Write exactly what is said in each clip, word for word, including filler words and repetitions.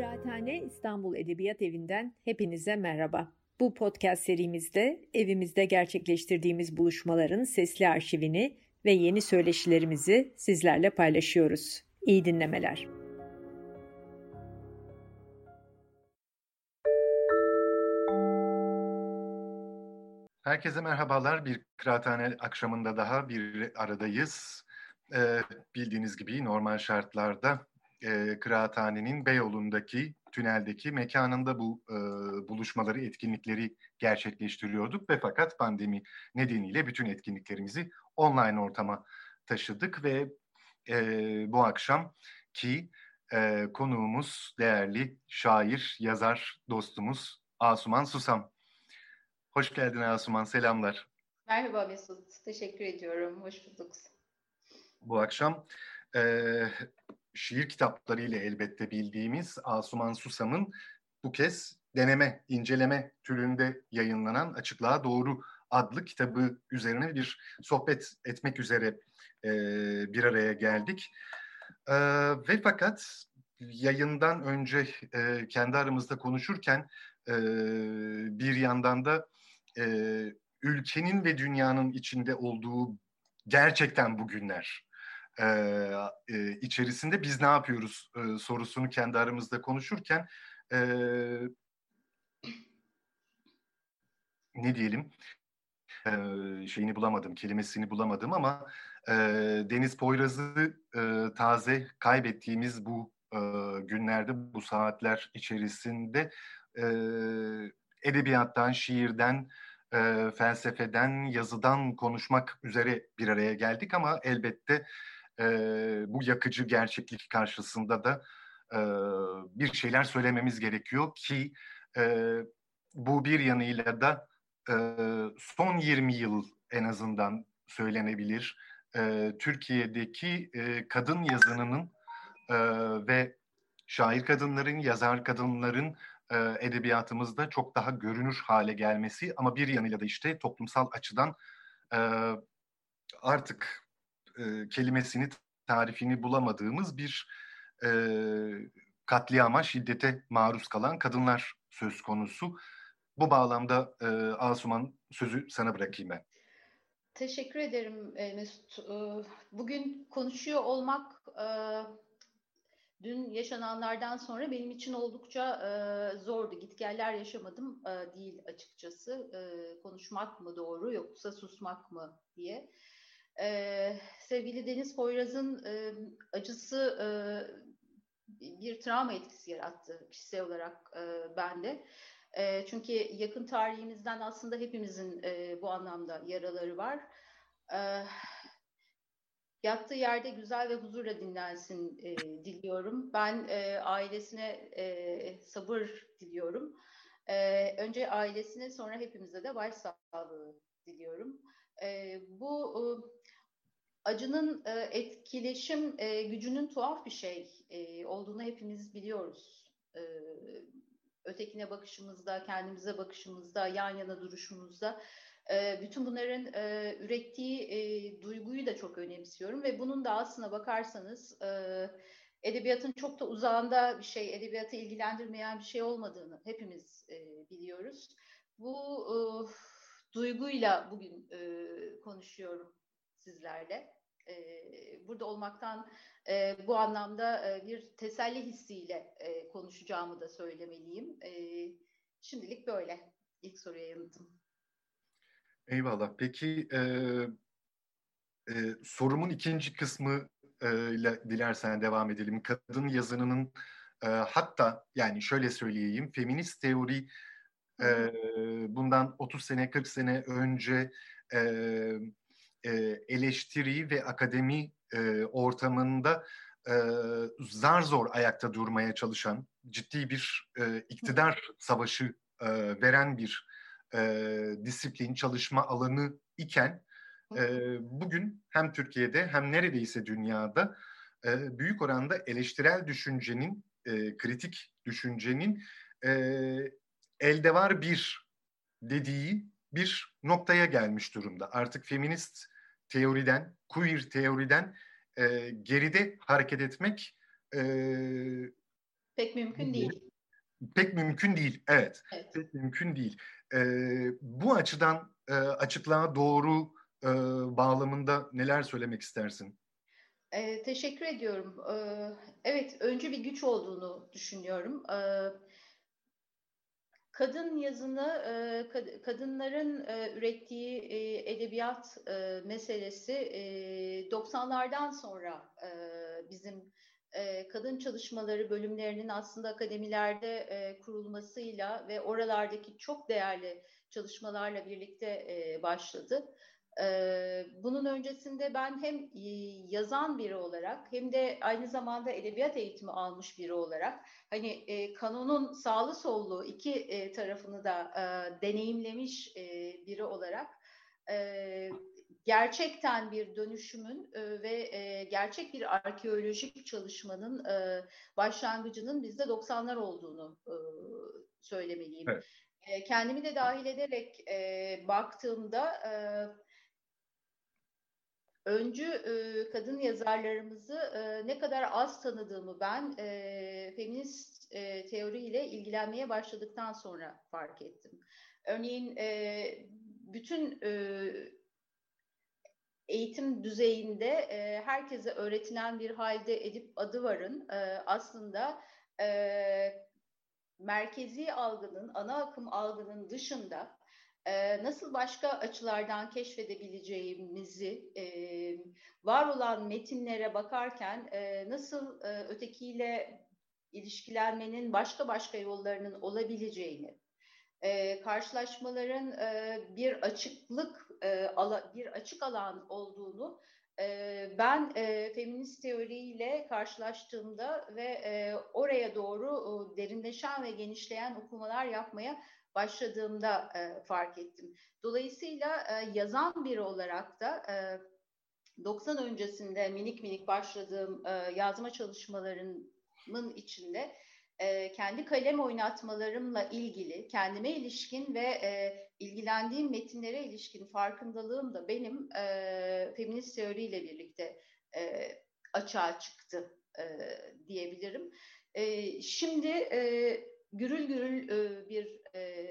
Kıraathane İstanbul Edebiyat Evi'nden hepinize merhaba. Bu podcast serimizde evimizde gerçekleştirdiğimiz buluşmaların sesli arşivini ve yeni söyleşilerimizi sizlerle paylaşıyoruz. İyi dinlemeler. Herkese merhabalar. Bir kıraathane akşamında daha bir aradayız. Ee, bildiğiniz gibi normal şartlarda e, kıraathanenin Beyoğlu'ndaki tüneldeki mekanında bu e, buluşmaları, etkinlikleri gerçekleştiriyorduk ve fakat pandemi nedeniyle bütün etkinliklerimizi online ortama taşıdık ve e, bu akşam ki e, konuğumuz değerli şair, yazar dostumuz Asuman Susam. Hoş geldin Asuman, selamlar. Merhaba Mesut, teşekkür ediyorum. Hoş bulduk. Bu akşam e, şiir kitaplarıyla elbette bildiğimiz Asuman Susam'ın bu kez deneme, inceleme türünde yayınlanan Açıklığa Doğru adlı kitabı üzerine bir sohbet etmek üzere e, bir araya geldik. E, ve fakat yayından önce e, kendi aramızda konuşurken e, bir yandan da e, ülkenin ve dünyanın içinde olduğu gerçekten bugünler e, e, içerisinde biz ne yapıyoruz e, sorusunu kendi aramızda konuşurken e, ne diyelim e, şeyini bulamadım, kelimesini bulamadım ama e, Deniz Poyraz'ı e, taze kaybettiğimiz bu e, günlerde, bu saatler içerisinde e, edebiyattan, şiirden, e, felsefeden, yazıdan konuşmak üzere bir araya geldik ama elbette e, bu yakıcı gerçeklik karşısında da e, bir şeyler söylememiz gerekiyor ki e, bu bir yanıyla da e, son yirmi yıl en azından söylenebilir e, Türkiye'deki e, kadın yazınının e, ve şair kadınların, yazar kadınların e, edebiyatımızda çok daha görünür hale gelmesi ama bir yanıyla da işte toplumsal açıdan e, artık e, kelimesini, tarifini bulamadığımız bir e, katliama, şiddete maruz kalan kadınlar söz konusu. Bu bağlamda e, Asuman, sözü sana bırakayım ben. Teşekkür ederim Mesut. Bugün konuşuyor olmak dün yaşananlardan sonra benim için oldukça zordu. Gitgeller yaşamadım değil açıkçası. Konuşmak mı doğru yoksa susmak mı diye. Sevgili Deniz Poyraz'ın acısı bir travma etkisi yarattı kişisel olarak bende. E, çünkü yakın tarihimizden aslında hepimizin e, bu anlamda yaraları var. E, yattığı yerde güzel ve huzurla dinlensin e, diliyorum. Ben e, ailesine e, sabır diliyorum. E, önce ailesine, sonra hepimize de başsağlığı diliyorum. E, bu e, acının e, etkileşim e, gücünün tuhaf bir şey e, olduğunu hepimiz biliyoruz. E, ötekine bakışımızda, kendimize bakışımızda, yan yana duruşumuzda e, bütün bunların e, ürettiği e, duyguyu da çok önemsiyorum ve bunun da aslına bakarsanız e, edebiyatın çok da uzağında bir şey, edebiyatı ilgilendirmeyen bir şey olmadığını hepimiz e, biliyoruz. Bu e, duyguyla bugün e, konuşuyorum sizlerle. E, burada olmaktan e, bu anlamda e, bir teselli hissiyle e, konuşacağımı da söylemeliyim. E, şimdilik böyle. İlk soruya yanıtım. Eyvallah. Peki e, e, sorumun ikinci kısmı e, ile dilersen devam edelim. Kadın yazınının e, hatta yani şöyle söyleyeyim, feminist teori e, bundan otuz sene kırk sene önce e, e, eleştiri ve akademi e, ortamında e, zar zor ayakta durmaya çalışan, ciddi bir e, iktidar savaşı e, veren bir e, disiplin, çalışma alanı iken e, bugün hem Türkiye'de hem neredeyse dünyada e, büyük oranda eleştirel düşüncenin, e, kritik düşüncenin e, elde var bir dediği bir noktaya gelmiş durumda. Artık feminist teoriden, queer teoriden e, geride hareket etmek e, Pek mümkün değil. Pek mümkün değil, evet. Evet. Pek mümkün değil. Ee, bu açıdan e, açıklığa doğru e, bağlamında neler söylemek istersin? Ee, teşekkür ediyorum. Ee, evet, öncü bir güç olduğunu düşünüyorum. Ee, kadın yazını, e, kad- kadınların e, ürettiği e, edebiyat e, meselesi e, doksanlardan sonra e, bizim e, kadın çalışmaları bölümlerinin aslında akademilerde e, kurulmasıyla ve oralardaki çok değerli çalışmalarla birlikte e, başladı. Ee, bunun öncesinde ben hem e, yazan biri olarak hem de aynı zamanda edebiyat eğitimi almış biri olarak hani e, kanonun sağlı sollu iki e, tarafını da e, deneyimlemiş e, biri olarak e, gerçekten bir dönüşümün e, ve e, gerçek bir arkeolojik çalışmanın e, başlangıcının bizde doksanlar olduğunu e, söylemeliyim. Evet. E, kendimi de dahil ederek e, baktığımda e, öncü e, kadın yazarlarımızı e, ne kadar az tanıdığımı ben e, feminist e, teoriyle ilgilenmeye başladıktan sonra fark ettim. Örneğin e, bütün e, eğitim düzeyinde e, herkese öğretilen bir halde Edip Adıvar'ın e, aslında e, merkezi algının, ana akım algının dışında e, nasıl başka açılardan keşfedebileceğimizi, e, var olan metinlere bakarken e, nasıl e, ötekiyle ilişkilenmenin başka başka yollarının olabileceğini, e, karşılaşmaların e, bir açıklık, e, ala, bir açık alan olduğunu e, ben e, feminist teoriyle karşılaştığımda ve e, oraya doğru e, derinleşen ve genişleyen okumalar yapmaya başladığımda e, fark ettim. Dolayısıyla e, yazan biri olarak da e, doksan öncesinde minik minik başladığım e, yazma çalışmalarımın içinde e, kendi kalem oynatmalarımla ilgili kendime ilişkin ve e, ilgilendiğim metinlere ilişkin farkındalığım da benim e, feminist teoriyle birlikte e, açığa çıktı e, diyebilirim. E, şimdi e, gürül gürül e, bir e,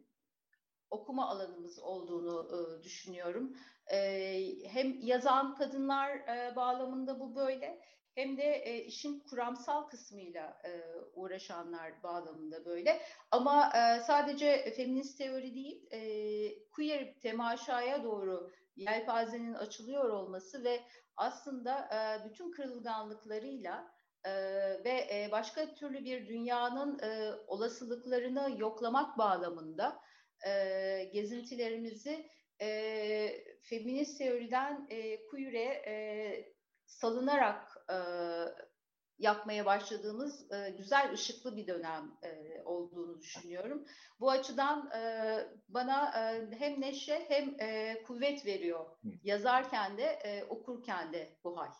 okuma alanımız olduğunu e, düşünüyorum. E, hem yazan kadınlar e, bağlamında bu böyle, hem de e, işin kuramsal kısmıyla e, uğraşanlar bağlamında böyle. Ama e, sadece feminist teori değil, e, queer temaşaya doğru yelpazenin açılıyor olması ve aslında e, bütün kırılganlıklarıyla e, ve e, başka türlü bir dünyanın e, olasılıklarını yoklamak bağlamında e, gezintilerimizi e, feminist teoriden e, queer'e e, salınarak e, yapmaya başladığımız e, güzel ışıklı bir dönem e, olduğunu düşünüyorum. Bu açıdan e, bana e, hem neşe hem e, kuvvet veriyor. Yazarken de e, okurken de bu hal.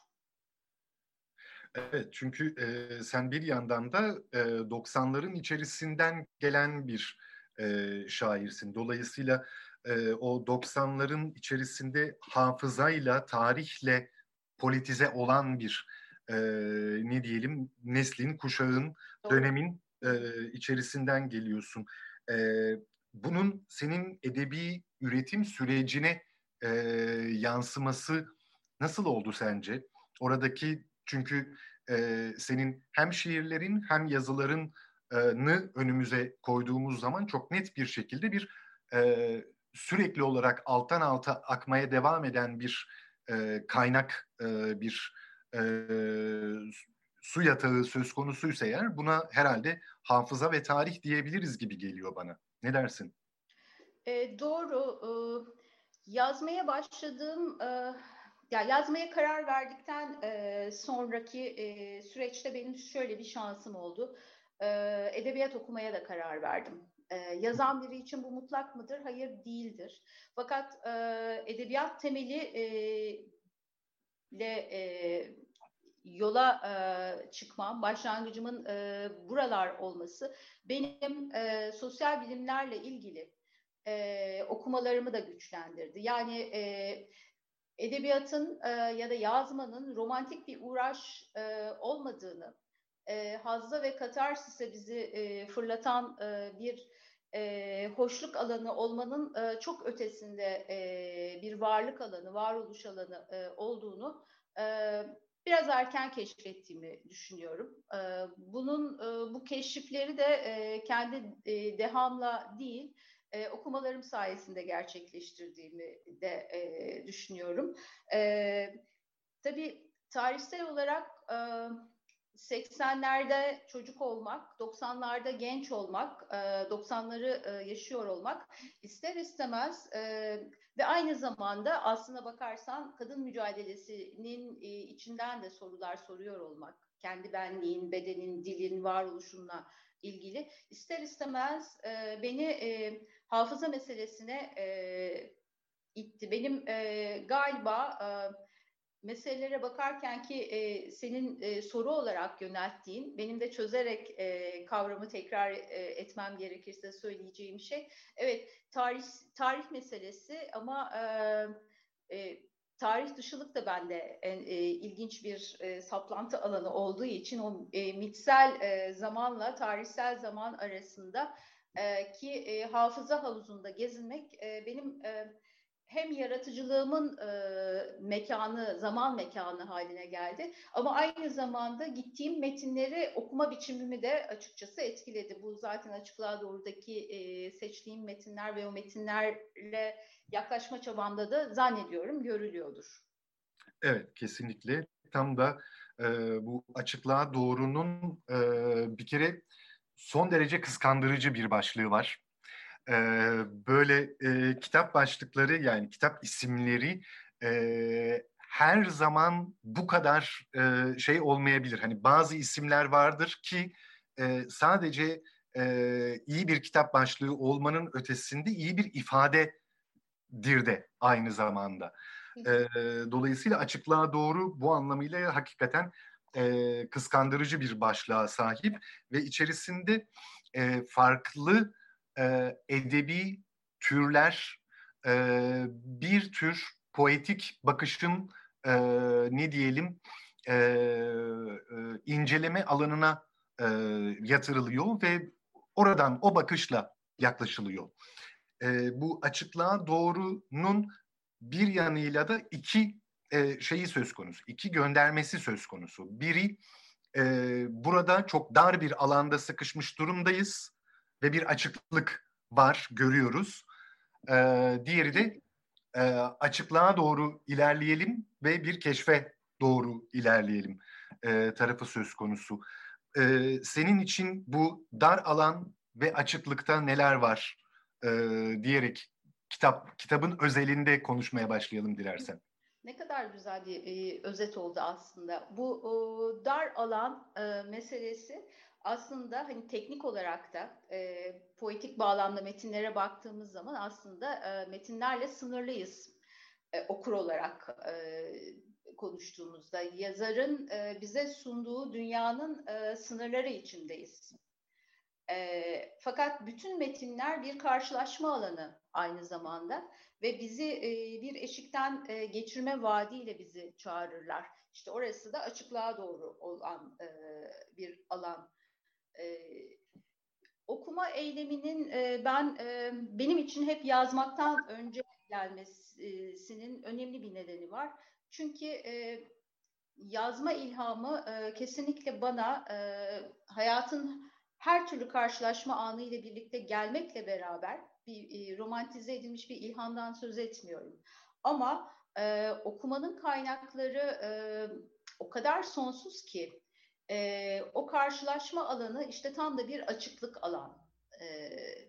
Evet, çünkü e, sen bir yandan da e, doksanların içerisinden gelen bir e, şairsin. Dolayısıyla e, o doksanların içerisinde hafızayla, tarihle politize olan bir e, ne diyelim neslin, kuşağın, Doğru. dönemin e, içerisinden geliyorsun. E, bunun senin edebi üretim sürecine e, yansıması nasıl oldu sence? Oradaki çünkü e, senin hem şiirlerin hem yazılarını önümüze koyduğumuz zaman çok net bir şekilde bir e, sürekli olarak alttan alta akmaya devam eden bir e, kaynak, e, bir e, su yatağı söz konusuysa eğer buna herhalde hafıza ve tarih diyebiliriz gibi geliyor bana. Ne dersin? E, doğru. E, yazmaya başladığım, e, ya yazmaya karar verdikten e, sonraki e, süreçte benim şöyle bir şansım oldu. E, edebiyat okumaya da karar verdim. E, yazan biri için bu mutlak mıdır? Hayır, değildir. Fakat e, edebiyat temeli e, ile e, yola e, çıkmam, başlangıcımın e, buralar olması benim e, sosyal bilimlerle ilgili e, okumalarımı da güçlendirdi. Yani e, edebiyatın e, ya da yazmanın romantik bir uğraş e, olmadığını, e, hazza ve katarsise bizi e, fırlatan e, bir e, hoşluk alanı olmanın e, çok ötesinde e, bir varlık alanı, varoluş alanı e, olduğunu e, biraz erken keşfettiğimi düşünüyorum. E, bunun e, bu keşifleri de e, kendi e, dehamla değil, e, okumalarım sayesinde gerçekleştirdiğimi de e, düşünüyorum. E, tabii tarihsel olarak e, seksenlerde çocuk olmak, doksanlarda genç olmak, doksanları yaşıyor olmak ister istemez ve aynı zamanda aslına bakarsan kadın mücadelesinin içinden de sorular soruyor olmak, kendi benliğin, bedenin, dilin, varoluşunla ilgili ister istemez beni hafıza meselesine itti. Benim galiba meselelere bakarken ki e, senin e, soru olarak yönelttiğin, benim de çözerek e, kavramı tekrar e, etmem gerekirse söyleyeceğim şey, evet tarih tarih meselesi ama e, e, tarih dışılık da bende en, e, ilginç bir e, saplantı alanı olduğu için o e, mitsel e, zamanla tarihsel zaman arasında e, ki e, hafıza havuzunda gezinmek e, benim e, hem yaratıcılığımın e, mekanı, zaman mekanı haline geldi. Ama aynı zamanda gittiğim metinleri okuma biçimimi de açıkçası etkiledi. Bu zaten Açıklığa Doğru'daki e, seçtiğim metinler ve o metinlerle yaklaşma çabamda da zannediyorum görülüyordur. Evet, kesinlikle. Tam da e, bu Açıklığa Doğru'nun e, bir kere son derece kıskandırıcı bir başlığı var. E, böyle e, kitap başlıkları, yani kitap isimleri e, her zaman bu kadar e, şey olmayabilir. Hani bazı isimler vardır ki e, sadece e, iyi bir kitap başlığı olmanın ötesinde iyi bir ifadedir de aynı zamanda. E, dolayısıyla Açıklığa Doğru bu anlamıyla hakikaten e, kıskandırıcı bir başlığa sahip ve içerisinde e, farklı e, edebi türler, e, bir tür poetik bakışın e, ne diyelim e, e, inceleme alanına e, yatırılıyor ve oradan o bakışla yaklaşılıyor. E, bu Açıklığa Doğru'nun bir yanıyla da iki e, şeyi söz konusu, iki göndermesi söz konusu. Biri e, burada çok dar bir alanda sıkışmış durumdayız ve bir açıklık var, görüyoruz. E, diğeri de e, açıklığa doğru ilerleyelim ve bir keşfe doğru ilerleyelim e, tarafı söz konusu. E, senin için bu dar alan ve açıklıkta neler var e, diyerek kitap kitabın özelinde konuşmaya başlayalım dilersen. Ne kadar güzel bir e, özet oldu aslında. Bu o, dar alan e, meselesi aslında hani teknik olarak da e, poetik bağlamda metinlere baktığımız zaman aslında e, metinlerle sınırlıyız e, okur olarak e, konuştuğumuzda. Yazarın e, bize sunduğu dünyanın e, sınırları içindeyiz. E, fakat bütün metinler bir karşılaşma alanı aynı zamanda ve bizi e, bir eşikten e, geçirme vaadiyle bizi çağırırlar. İşte orası da açıklığa doğru olan e, bir alan. E, okuma eyleminin e, ben e, benim için hep yazmaktan önce gelmesinin önemli bir nedeni var. Çünkü e, yazma ilhamı e, kesinlikle bana e, hayatın her türlü karşılaşma anı ile birlikte gelmekle beraber bir e, romantize edilmiş bir ilhamdan söz etmiyorum. Ama e, okumanın kaynakları e, o kadar sonsuz ki e, o karşılaşma alanı işte tam da bir açıklık alan. E,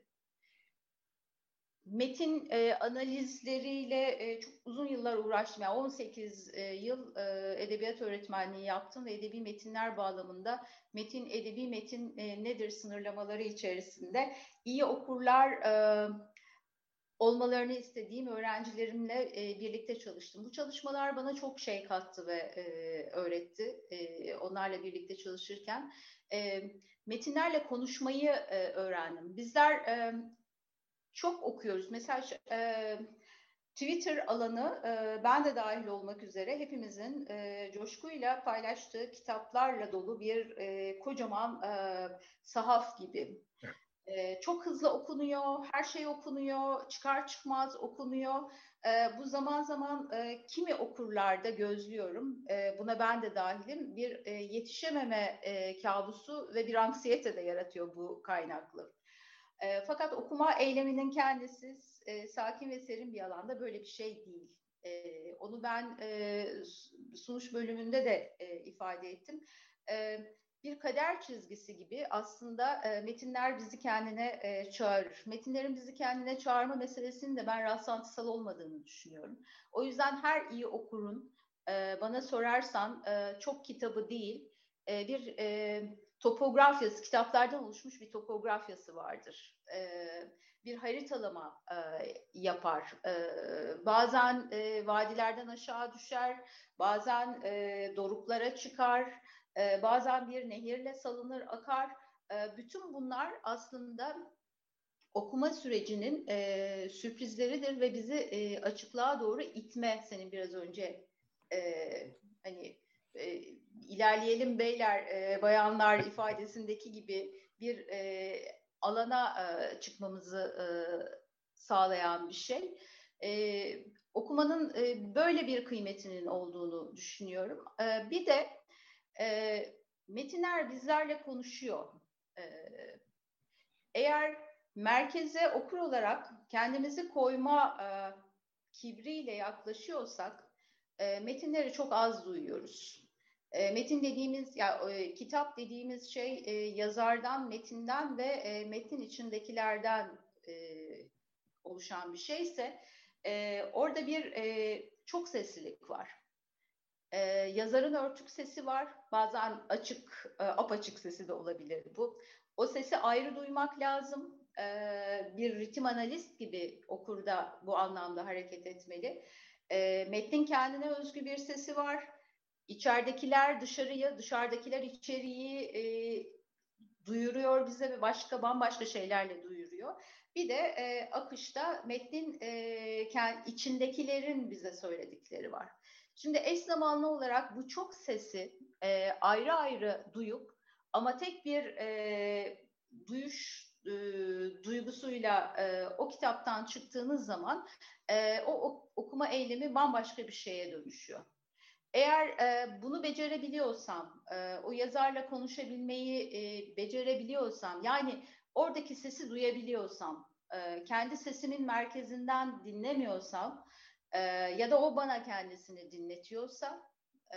metin e, analizleriyle e, çok uzun yıllar uğraştım. Yani on sekiz e, yıl e, edebiyat öğretmenliği yaptım ve edebi metinler bağlamında metin, edebi metin e, nedir sınırlamaları içerisinde iyi okurlar e, olmalarını istediğim öğrencilerimle e, birlikte çalıştım. Bu çalışmalar bana çok şey kattı ve e, öğretti. E, onlarla birlikte çalışırken e, metinlerle konuşmayı e, öğrendim. Bizler e, çok okuyoruz. Mesela e, Twitter alanı, e, ben de dahil olmak üzere hepimizin e, coşkuyla paylaştığı kitaplarla dolu bir e, kocaman e, sahaf gibi. E, çok hızlı okunuyor, her şey okunuyor, çıkar çıkmaz okunuyor. E, bu zaman zaman e, kimi okurlarda gözlüyorum, e, buna ben de dahilim, bir e, yetişememe e, kabusu ve bir anksiyete de yaratıyor bu kaynaklı. E, fakat okuma eyleminin kendisi e, sakin ve serin bir alanda böyle bir şey değil. E, onu ben e, sunuş bölümünde de e, ifade ettim. E, bir kader çizgisi gibi aslında e, metinler bizi kendine e, çağırır. Metinlerin bizi kendine çağırma meselesinin de ben rastlantısal olmadığını düşünüyorum. O yüzden her iyi okurun e, bana sorarsan e, çok kitabı değil, e, bir e, topografyası, kitaplardan oluşmuş bir topografyası vardır. E, bir haritalama e, yapar. E, bazen e, vadilerden aşağı düşer, bazen e, doruklara çıkar, e, bazen bir nehirle salınır, akar. E, bütün bunlar aslında okuma sürecinin e, sürprizleridir ve bizi e, açıklığa doğru itme, senin biraz önce e, hani e, ilerleyelim beyler, e, bayanlar ifadesindeki gibi bir e, alana e, çıkmamızı e, sağlayan bir şey. E, okumanın e, böyle bir kıymetinin olduğunu düşünüyorum. E, bir de e, metinler bizlerle konuşuyor. E, eğer merkeze okur olarak kendimizi koyma e, kibriyle yaklaşıyorsak e, metinleri çok az duyuyoruz. E, metin dediğimiz, ya e, kitap dediğimiz şey e, yazardan, metinden ve e, metnin içindekilerden e, oluşan bir şeyse e, orada bir e, çok seslilik var. E, yazarın örtük sesi var, bazen açık, e, apaçık sesi de olabilir bu. O sesi ayrı duymak lazım. E, bir ritim analist gibi okur da bu anlamda hareket etmeli. E, metnin kendine özgü bir sesi var. İçeridekiler dışarıyı, dışarıdakiler içeriği e, duyuruyor bize ve başka bambaşka şeylerle duyuruyor. Bir de e, akışta metnin e, içindekilerin bize söyledikleri var. Şimdi eş zamanlı olarak bu çok sesi e, ayrı ayrı duyup ama tek bir e, duyuş e, duygusuyla e, o kitaptan çıktığınız zaman e, o, o okuma eylemi bambaşka bir şeye dönüşüyor. Eğer e, bunu becerebiliyorsam, e, o yazarla konuşabilmeyi e, becerebiliyorsam, yani oradaki sesi duyabiliyorsam, e, kendi sesimin merkezinden dinlemiyorsam e, ya da o bana kendisini dinletiyorsa, e,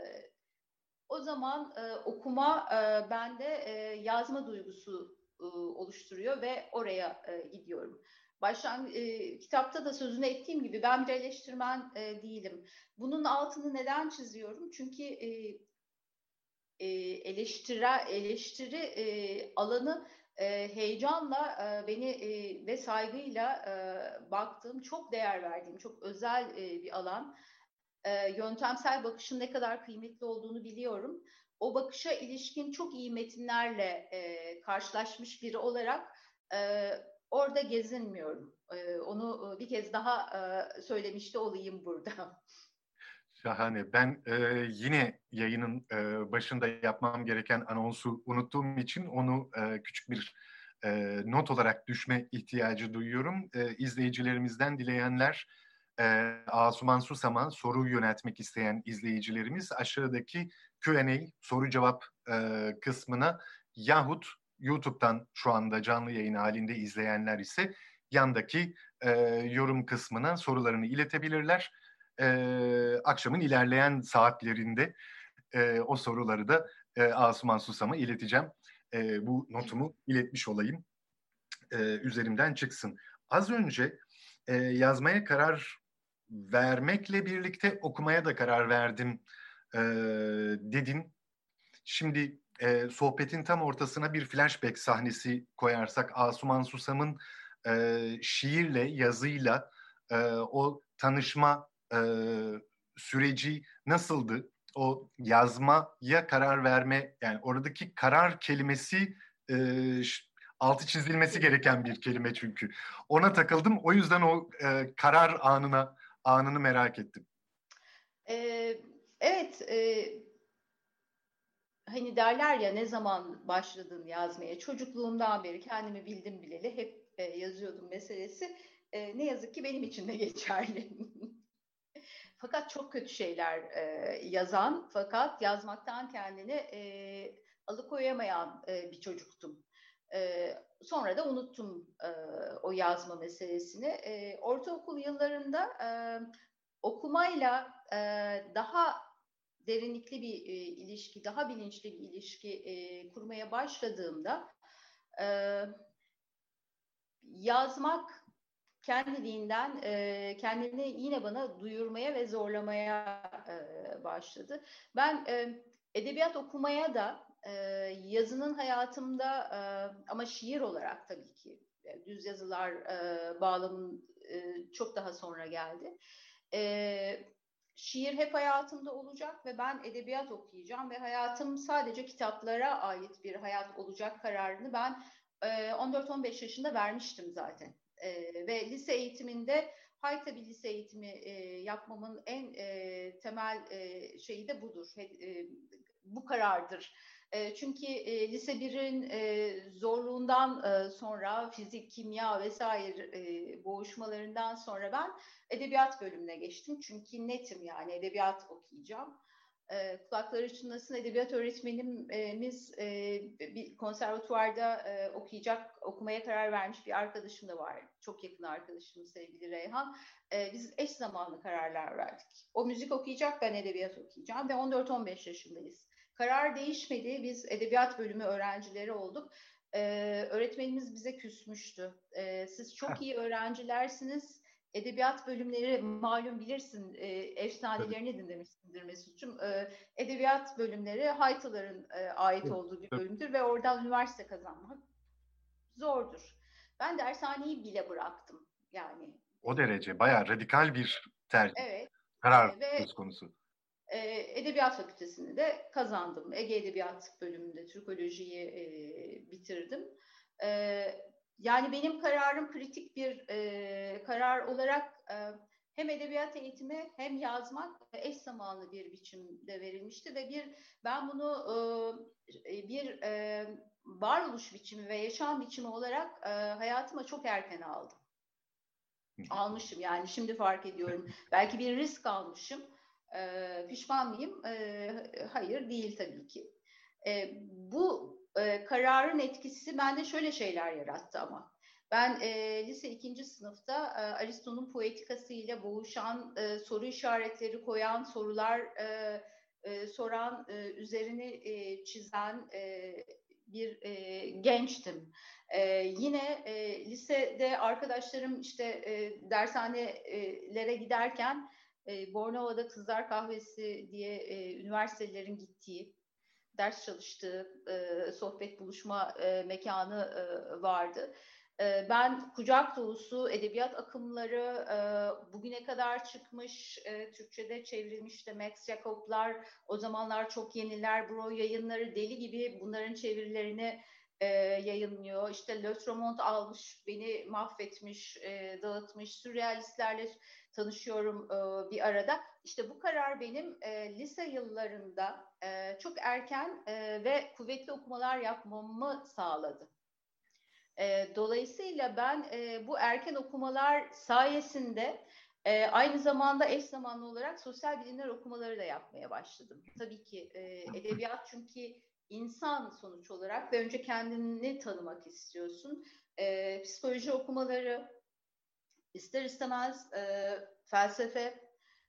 o zaman e, okuma e, bende e, yazma duygusu e, oluşturuyor ve oraya e, gidiyorum. Baştan e, kitapta da sözünü ettiğim gibi ben bir eleştirmen e, değilim. Bunun altını neden çiziyorum? Çünkü e, e, eleştiri eleştiri e, alanı e, heyecanla e, beni e, ve saygıyla e, baktığım, çok değer verdiğim, çok özel e, bir alan. E, yöntemsel bakışın ne kadar kıymetli olduğunu biliyorum. O bakışa ilişkin çok iyi metinlerle e, karşılaşmış biri olarak e, orada gezinmiyorum. E, onu bir kez daha e, söylemiş de olayım burada. Şahane. Ben e, yine yayının e, başında yapmam gereken anonsu unuttuğum için onu e, küçük bir e, not olarak düşme ihtiyacı duyuyorum. E, izleyicilerimizden dileyenler, e, Asuman Susam'a soru yöneltmek isteyen izleyicilerimiz aşağıdaki Q and A soru cevap e, kısmına yahut YouTube'dan şu anda canlı yayın halinde izleyenler ise yandaki e, yorum kısmına sorularını iletebilirler. E, akşamın ilerleyen saatlerinde e, o soruları da e, Asuman Susam'a ileteceğim. E, bu notumu iletmiş olayım. E, üzerimden çıksın. Az önce e, yazmaya karar vermekle birlikte okumaya da karar verdim e, dedin. Şimdi e, sohbetin tam ortasına bir flashback sahnesi koyarsak Asuman Susam'ın e, şiirle, yazıyla e, o tanışma e, süreci nasıldı? O yazmaya karar verme, yani oradaki karar kelimesi e, Altı çizilmesi gereken bir kelime çünkü. Ona takıldım. O yüzden o e, karar anına anını merak ettim. Ee, evet, e, hani derler ya, ne zaman başladın yazmaya? Çocukluğumdan beri kendimi bildim bileli hep e, yazıyordum meselesi. E, ne yazık ki benim için de geçerli. Fakat çok kötü şeyler e, yazan, fakat yazmaktan kendini e, alıkoyamayan e, bir çocuktum. E, sonra da unuttum e, o yazma meselesini. E, ortaokul yıllarında e, okumayla e, daha derinlikli bir e, ilişki, daha bilinçli bir ilişki e, kurmaya başladığımda e, yazmak kendiliğinden e, kendini yine bana duyurmaya ve zorlamaya e, başladı. Ben e, edebiyat okumaya da e, yazının hayatımda e, ama şiir olarak tabii ki e, düz yazılar e, bağlamın e, çok daha sonra geldi. E, şiir hep hayatımda olacak ve ben edebiyat okuyacağım ve hayatım sadece kitaplara ait bir hayat olacak kararını ben e, on dört on beş yaşında vermiştim zaten. E, ve lise eğitiminde Haytabi lise eğitimi e, yapmamın en e, temel e, şeyi de budur. E, bu karardır. E, çünkü e, lise birin e, zorluğundan e, sonra fizik, kimya vesaire e, boğuşmalarından sonra ben edebiyat bölümüne geçtim. Çünkü netim, yani edebiyat okuyacağım. E, kulakları çınlasın, edebiyat öğretmenimiz e, bir konservatuvarda e, okuyacak, okumaya karar vermiş bir arkadaşım da var. Çok yakın arkadaşım sevgili Reyhan. E, biz eş zamanlı kararlar verdik. O müzik okuyacak, ben edebiyat okuyacağım ve on dört on beş yaşındayız. Karar değişmedi, biz edebiyat bölümü öğrencileri olduk. E, öğretmenimiz bize küsmüştü. E, siz çok iyi öğrencilersiniz. Edebiyat bölümleri malum bilirsin, e, efsanelerini dinlemişsindir Mesut'cum. E, edebiyat bölümleri Haytaların e, ait olduğu bir bölümdür ve oradan üniversite kazanmak zordur. Ben dershaneyi bile bıraktım yani. O derece bayağı radikal bir tercih, Evet. karar E, ve söz konusu. e, Edebiyat Fakültesini de kazandım. Ege Edebiyat bölümünde Türkolojiyi e, bitirdim. E, yani benim kararım kritik bir e, karar olarak e, hem edebiyat eğitimi hem yazmak eş zamanlı bir biçimde verilmişti ve bir ben bunu e, bir e, varoluş biçimi ve yaşam biçimi olarak e, hayatıma çok erken aldım. Almışım yani, şimdi fark ediyorum. Belki bir risk almışım. E, pişman mıyım? E, hayır, değil tabii ki. E, bu e, kararın etkisi bende şöyle şeyler yarattı ama. Ben e, lise ikinci sınıfta e, Aristo'nun poetikası ile boğuşan, e, soru işaretleri koyan, sorular e, e, soran, e, üzerini e, çizen e, bir e, gençtim. Ee, yine e, lisede arkadaşlarım işte e, dershanelere giderken e, Bornova'da Kızlar Kahvesi diye e, üniversitelerin gittiği, ders çalıştığı, e, sohbet buluşma e, mekanı e, vardı. E, ben kucak dolusu edebiyat akımları, e, bugüne kadar çıkmış, e, Türkçe'de çevrilmiş işte Max Jacob'lar, o zamanlar çok yeniler, Bro yayınları deli gibi bunların çevirilerini e, yayınlıyor. İşte Le Tromont almış, beni mahvetmiş, e, dağıtmış, sürrealistlerle tanışıyorum e, bir arada. İşte bu karar benim e, lise yıllarında e, çok erken e, ve kuvvetli okumalar yapmamı sağladı. E, dolayısıyla ben e, bu erken okumalar sayesinde e, aynı zamanda eş zamanlı olarak sosyal bilimler okumaları da yapmaya başladım. Tabii ki e, edebiyat çünkü insan sonuç olarak ve önce kendini tanımak istiyorsun. E, psikoloji okumaları, ister istemez e, felsefe,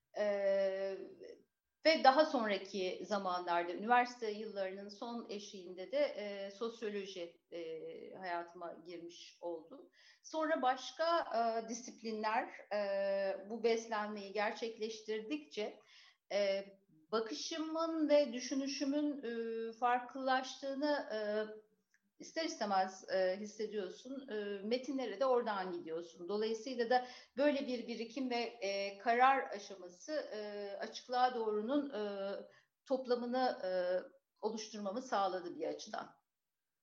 e, ve daha sonraki zamanlarda üniversite yıllarının son eşiğinde de e, sosyoloji e, hayatıma girmiş oldu. Sonra başka e, disiplinler e, bu beslenmeyi gerçekleştirdikçe e, bakışımın ve düşünüşümün e, farklılaştığını e, ister istemez e, hissediyorsun. E, metinlere de oradan gidiyorsun. Dolayısıyla da böyle bir birikim ve e, karar aşaması e, açıklığa doğrunun e, toplamını e, oluşturmamı sağladı bir açıdan.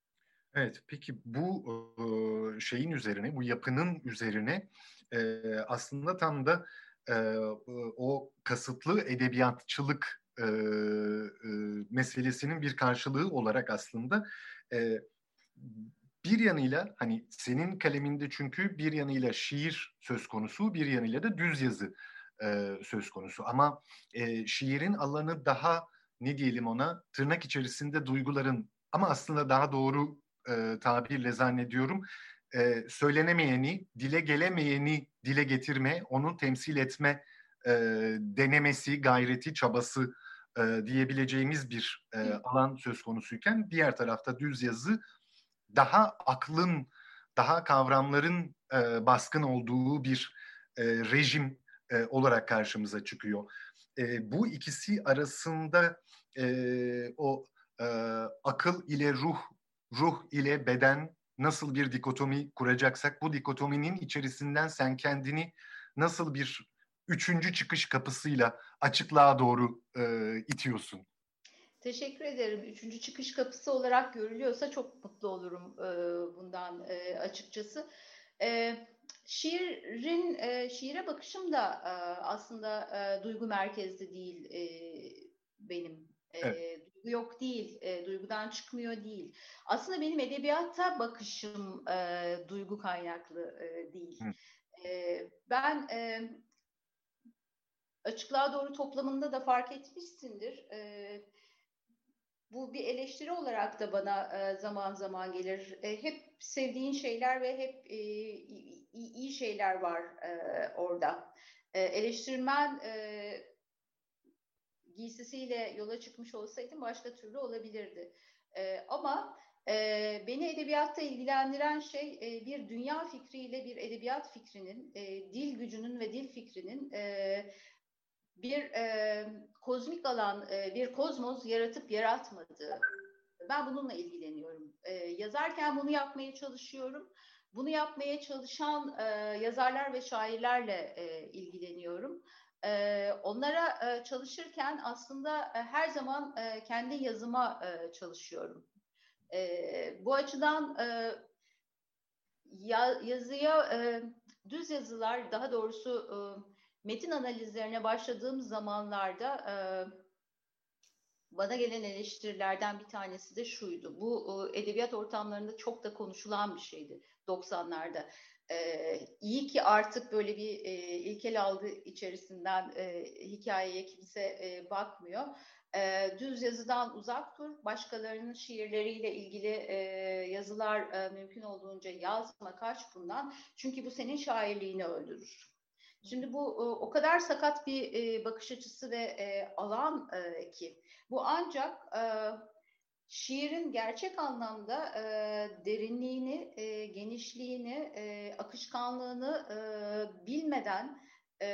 Evet, peki bu e, şeyin üzerine, bu yapının üzerine e, aslında tam da e, o kasıtlı edebiyatçılık e, e, meselesinin bir karşılığı olarak aslında e, bir yanıyla hani senin kaleminde çünkü bir yanıyla şiir söz konusu, bir yanıyla da düz yazı e, söz konusu. Ama e, şiirin alanı daha ne diyelim ona tırnak içerisinde duyguların ama aslında daha doğru e, tabirle zannediyorum e, söylenemeyeni, dile gelemeyeni dile getirme, onu temsil etme e, denemesi, gayreti, çabası e, diyebileceğimiz bir e, alan söz konusuyken diğer tarafta düz yazı daha aklın, daha kavramların e, baskın olduğu bir e, rejim e, olarak karşımıza çıkıyor. E, bu ikisi arasında e, o e, akıl ile ruh, ruh ile beden nasıl bir dikotomi kuracaksak bu dikotominin içerisinden sen kendini nasıl bir üçüncü çıkış kapısıyla açıklığa doğru e, itiyorsun? Teşekkür ederim. Üçüncü çıkış kapısı olarak görülüyorsa çok mutlu olurum e, bundan e, açıkçası. E, şiirin, e, şiire bakışım da e, aslında e, duygu merkezli değil e, benim. E, Evet. duygu yok değil, e, duygudan çıkmıyor değil. Aslında benim edebiyata bakışım e, duygu kaynaklı e, değil. Hı. E, ben e, açıklığa doğru toplamında da fark etmişsindir. E, Bu bir eleştiri olarak da bana e, zaman zaman gelir. E, hep sevdiğin şeyler ve hep e, iyi, iyi şeyler var e, orada. E, eleştirmen e, giysisiyle yola çıkmış olsaydım başka türlü olabilirdi. E, ama e, beni edebiyatta ilgilendiren şey e, bir dünya fikriyle bir edebiyat fikrinin, e, dil gücünün ve dil fikrinin e, bir e, kozmik alan, e, bir kozmos yaratıp yaratmadığı. Ben bununla ilgileniyorum. E, yazarken bunu yapmaya çalışıyorum. Bunu yapmaya çalışan e, yazarlar ve şairlerle e, ilgileniyorum. E, onlara e, çalışırken aslında e, her zaman e, kendi yazıma e, çalışıyorum. E, bu açıdan e, ya, yazıya e, düz yazılar, daha doğrusu e, metin analizlerine başladığım zamanlarda e, bana gelen eleştirilerden bir tanesi de şuydu. Bu e, edebiyat ortamlarında çok da konuşulan bir şeydi doksanlarda. Ee, iyi ki artık böyle bir e, ilkel algı içerisinden e, hikayeye kimse e, bakmıyor. E, düz yazıdan uzak dur. Başkalarının şiirleriyle ilgili e, yazılar e, mümkün olduğunca yazma, kaç bundan. Çünkü bu senin şairliğini öldürür. Şimdi bu o kadar sakat bir bakış açısı ve alan ki bu ancak şiirin gerçek anlamda derinliğini, genişliğini, akışkanlığını bilmeden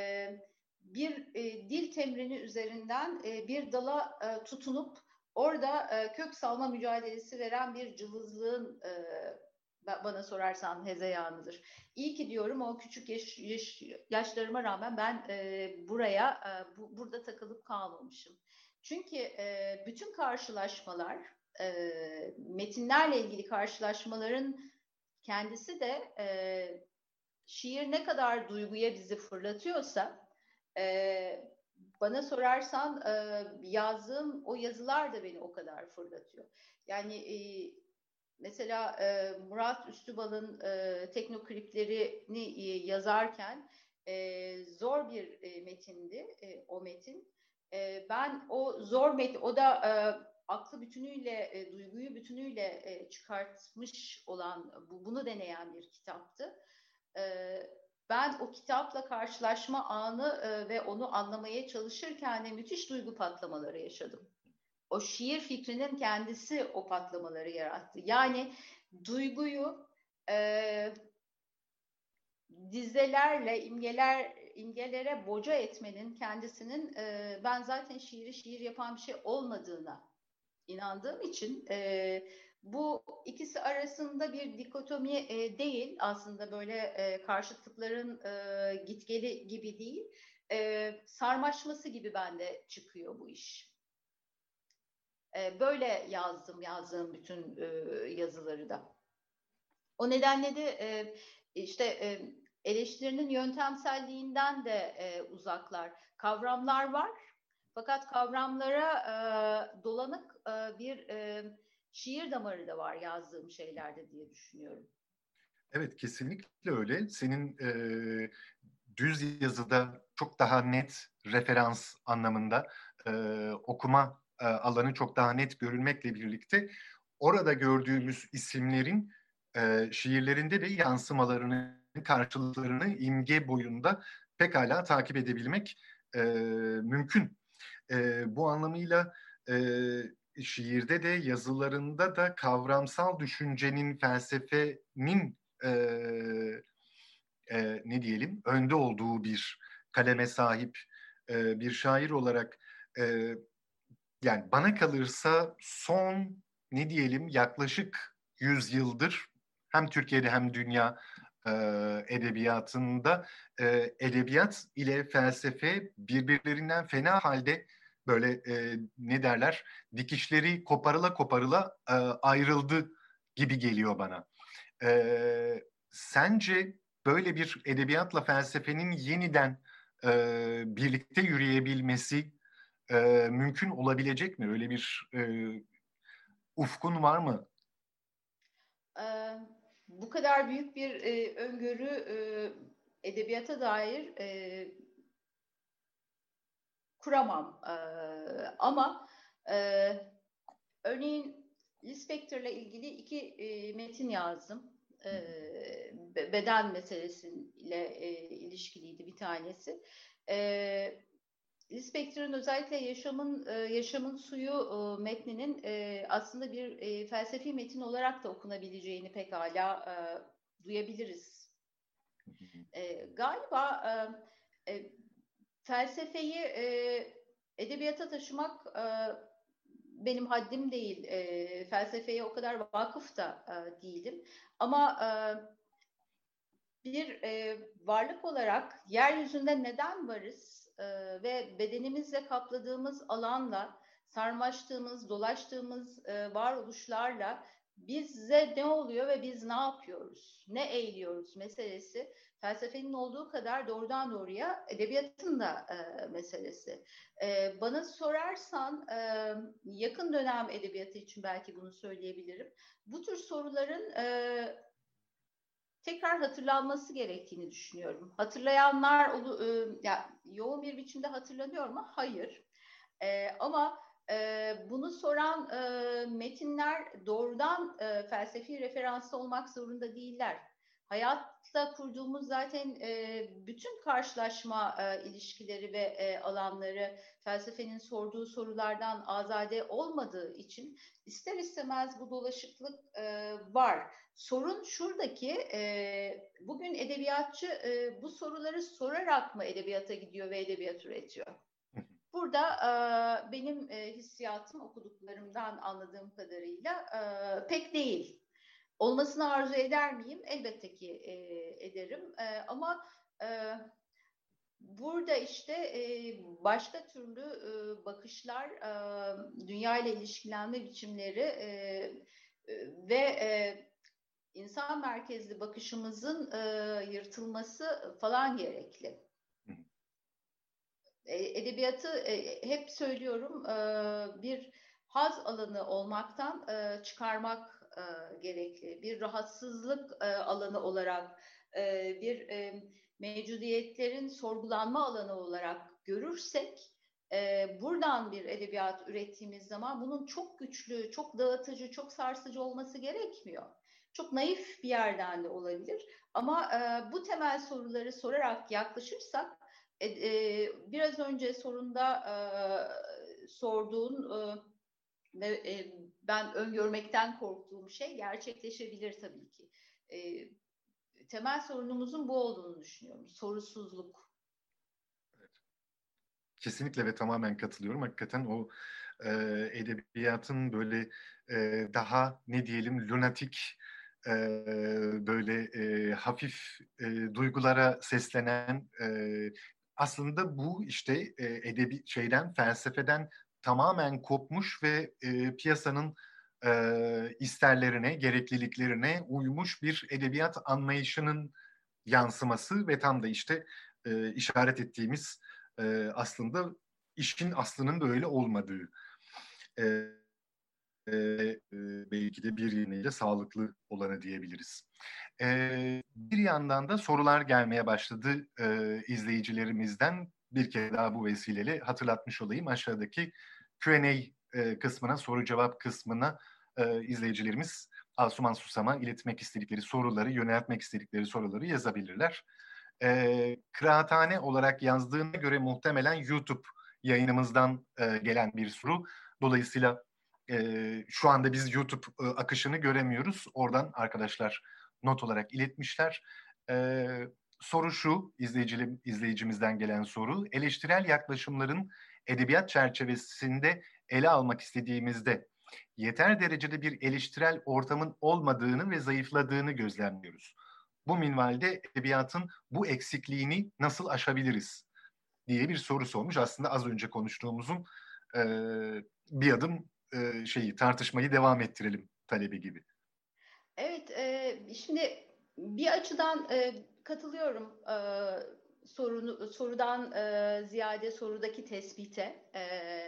bir dil temrini üzerinden bir dala tutunup orada kök salma mücadelesi veren bir cılızlığın bana sorarsan hezeyanıdır. İyi ki diyorum o küçük yaş, yaş, yaşlarıma rağmen ben e, buraya e, bu, burada takılıp kalmamışım. Çünkü e, bütün karşılaşmalar, e, metinlerle ilgili karşılaşmaların kendisi de e, şiir ne kadar duyguya bizi fırlatıyorsa, e, bana sorarsan e, yazdığım o yazılar da beni o kadar fırlatıyor. Yani e, mesela e, Murat Üstübal'ın e, teknokriplerini e, yazarken e, zor bir e, metindi e, o metin. E, ben o zor metin, o da e, aklı bütünüyle, e, duyguyu bütünüyle e, çıkartmış olan, bu, bunu deneyen bir kitaptı. E, ben o kitapla karşılaşma anı e, ve onu anlamaya çalışırken de müthiş duygu patlamaları yaşadım. O şiir fikrinin kendisi o patlamaları yarattı. Yani duyguyu e, dizelerle, imgeler, imgelere boca etmenin kendisinin e, ben zaten şiiri şiir yapan bir şey olmadığına inandığım için e, bu ikisi arasında bir dikotomi e, değil, aslında böyle e, karşıtlıkların e, gitgeli gibi değil, e, sarmaşması gibi bende çıkıyor bu iş. E, böyle yazdım yazdığım bütün e, yazıları da. O nedenle de e, işte e, eleştirinin yöntemselliğinden de e, uzaklar. Kavramlar var fakat kavramlara e, dolanık e, bir e, şiir damarı da var yazdığım şeylerde diye düşünüyorum. Evet, kesinlikle öyle. Senin e, düz yazıda çok daha net referans anlamında e, okuma e, alanı çok daha net görülmekle birlikte orada gördüğümüz isimlerin e, şiirlerinde de yansımalarını, karşılıklarını imge boyunda pekala takip edebilmek e, mümkün. E, bu anlamıyla e, şiirde de yazılarında da kavramsal düşüncenin, felsefenin e, e, ne diyelim önde olduğu bir kaleme sahip e, bir şair olarak e, yani bana kalırsa son ne diyelim yaklaşık yüz yıldır hem Türkiye'de hem dünya e, edebiyatında e, edebiyat ile felsefe birbirlerinden fena halde böyle e, ne derler dikişleri koparıla koparıla e, ayrıldı gibi geliyor bana. E, sence böyle bir edebiyatla felsefenin yeniden e, birlikte yürüyebilmesi e, mümkün olabilecek mi? Öyle bir e, ufkun var mı? Ee, Bu kadar büyük bir e, öngörü e, edebiyata dair e, kuramam. Ee, ama e, örneğin Lispector'la ilgili iki e, metin yazdım. Ee, beden meselesiyle e, ilişkiliydi bir tanesi. Ee, Lispector'ın özellikle yaşamın e, yaşamın suyu e, metninin e, aslında bir e, felsefi metin olarak da okunabileceğini pekala e, duyabiliriz. E, galiba e, e, felsefeyi e, edebiyata taşımak e, benim haddim değil. E, felsefeye o kadar vakıf da e, değilim. Ama e, bir e, varlık olarak yeryüzünde neden varız e, ve bedenimizle kapladığımız alanla, sarmaştığımız, dolaştığımız e, varoluşlarla bize ne oluyor ve biz ne yapıyoruz, ne eğiliyoruz meselesi felsefenin olduğu kadar doğrudan doğruya edebiyatın da e, meselesi. E, bana sorarsan e, yakın dönem edebiyatı için belki bunu söyleyebilirim. Bu tür soruların e, tekrar hatırlanması gerektiğini düşünüyorum. Hatırlayanlar e, ya, yoğun bir biçimde hatırlanıyor mu? Hayır. E, ama e, bunu soran e, metinler doğrudan e, felsefi referanslı olmak zorunda değiller. Hayatta kurduğumuz zaten e, bütün karşılaşma e, ilişkileri ve e, alanları felsefenin sorduğu sorulardan azade olmadığı için ister istemez bu dolaşıklık e, var. Sorun şuradaki, e, bugün edebiyatçı e, bu soruları sorarak mı edebiyata gidiyor ve edebiyat üretiyor? Burada e, benim e, hissiyatım okuduklarımdan anladığım kadarıyla e, pek değil. Olmasını arzu eder miyim? Elbette ki e, ederim. E, ama e, burada işte e, başka türlü e, bakışlar, e, dünya ile ilişkilenme biçimleri e, e, ve e, insan merkezli bakışımızın e, yırtılması falan gerekli. E, edebiyatı e, hep söylüyorum e, bir haz alanı olmaktan e, çıkarmak e, gerekli. Bir rahatsızlık e, alanı olarak, e, bir e, mevcudiyetlerin sorgulanma alanı olarak görürsek, e, buradan bir edebiyat ürettiğimiz zaman bunun çok güçlü, çok dağıtıcı, çok sarsıcı olması gerekmiyor. Çok naif bir yerden de olabilir. Ama e, bu temel soruları sorarak yaklaşırsak, e, e, biraz önce sorunda e, sorduğun e, ve e, ben öngörmekten korktuğum şey gerçekleşebilir tabii ki. E, temel sorunumuzun bu olduğunu düşünüyorum. Sorusuzluk. Kesinlikle ve tamamen katılıyorum. Hakikaten o e, edebiyatın böyle e, daha ne diyelim lunatik e, böyle e, hafif e, duygulara seslenen e, aslında bu işte e, edebi şeyden felsefeden tamamen kopmuş ve e, piyasanın e, isterlerine, gerekliliklerine uymuş bir edebiyat anlayışının yansıması ve tam da işte e, işaret ettiğimiz e, aslında işin aslının böyle olmadığı. E, e, e, belki de bir yönüyle sağlıklı olanı diyebiliriz. E, bir yandan da sorular gelmeye başladı e, izleyicilerimizden. Bir kere daha bu vesileyle hatırlatmış olayım. Aşağıdaki Q and A e, kısmına, soru cevap kısmına e, izleyicilerimiz Asuman Susam'a iletmek istedikleri soruları, yöneltmek istedikleri soruları yazabilirler. E, kıraathane olarak yazdığına göre muhtemelen YouTube yayınımızdan e, gelen bir soru. Dolayısıyla e, şu anda biz YouTube e, akışını göremiyoruz. Oradan arkadaşlar not olarak iletmişler. E, soru şu, izleyicili, izleyicimizden gelen soru. Eleştirel yaklaşımların edebiyat çerçevesinde ele almak istediğimizde yeter derecede bir eleştirel ortamın olmadığını ve zayıfladığını gözlemliyoruz. Bu minvalde edebiyatın bu eksikliğini nasıl aşabiliriz diye bir soru sormuş. Aslında az önce konuştuğumuzun e, bir adım e, şeyi tartışmayı devam ettirelim talebi gibi. Evet, e, şimdi bir açıdan e, katılıyorum e, sorunu, sorudan e, ziyade sorudaki tespite. E,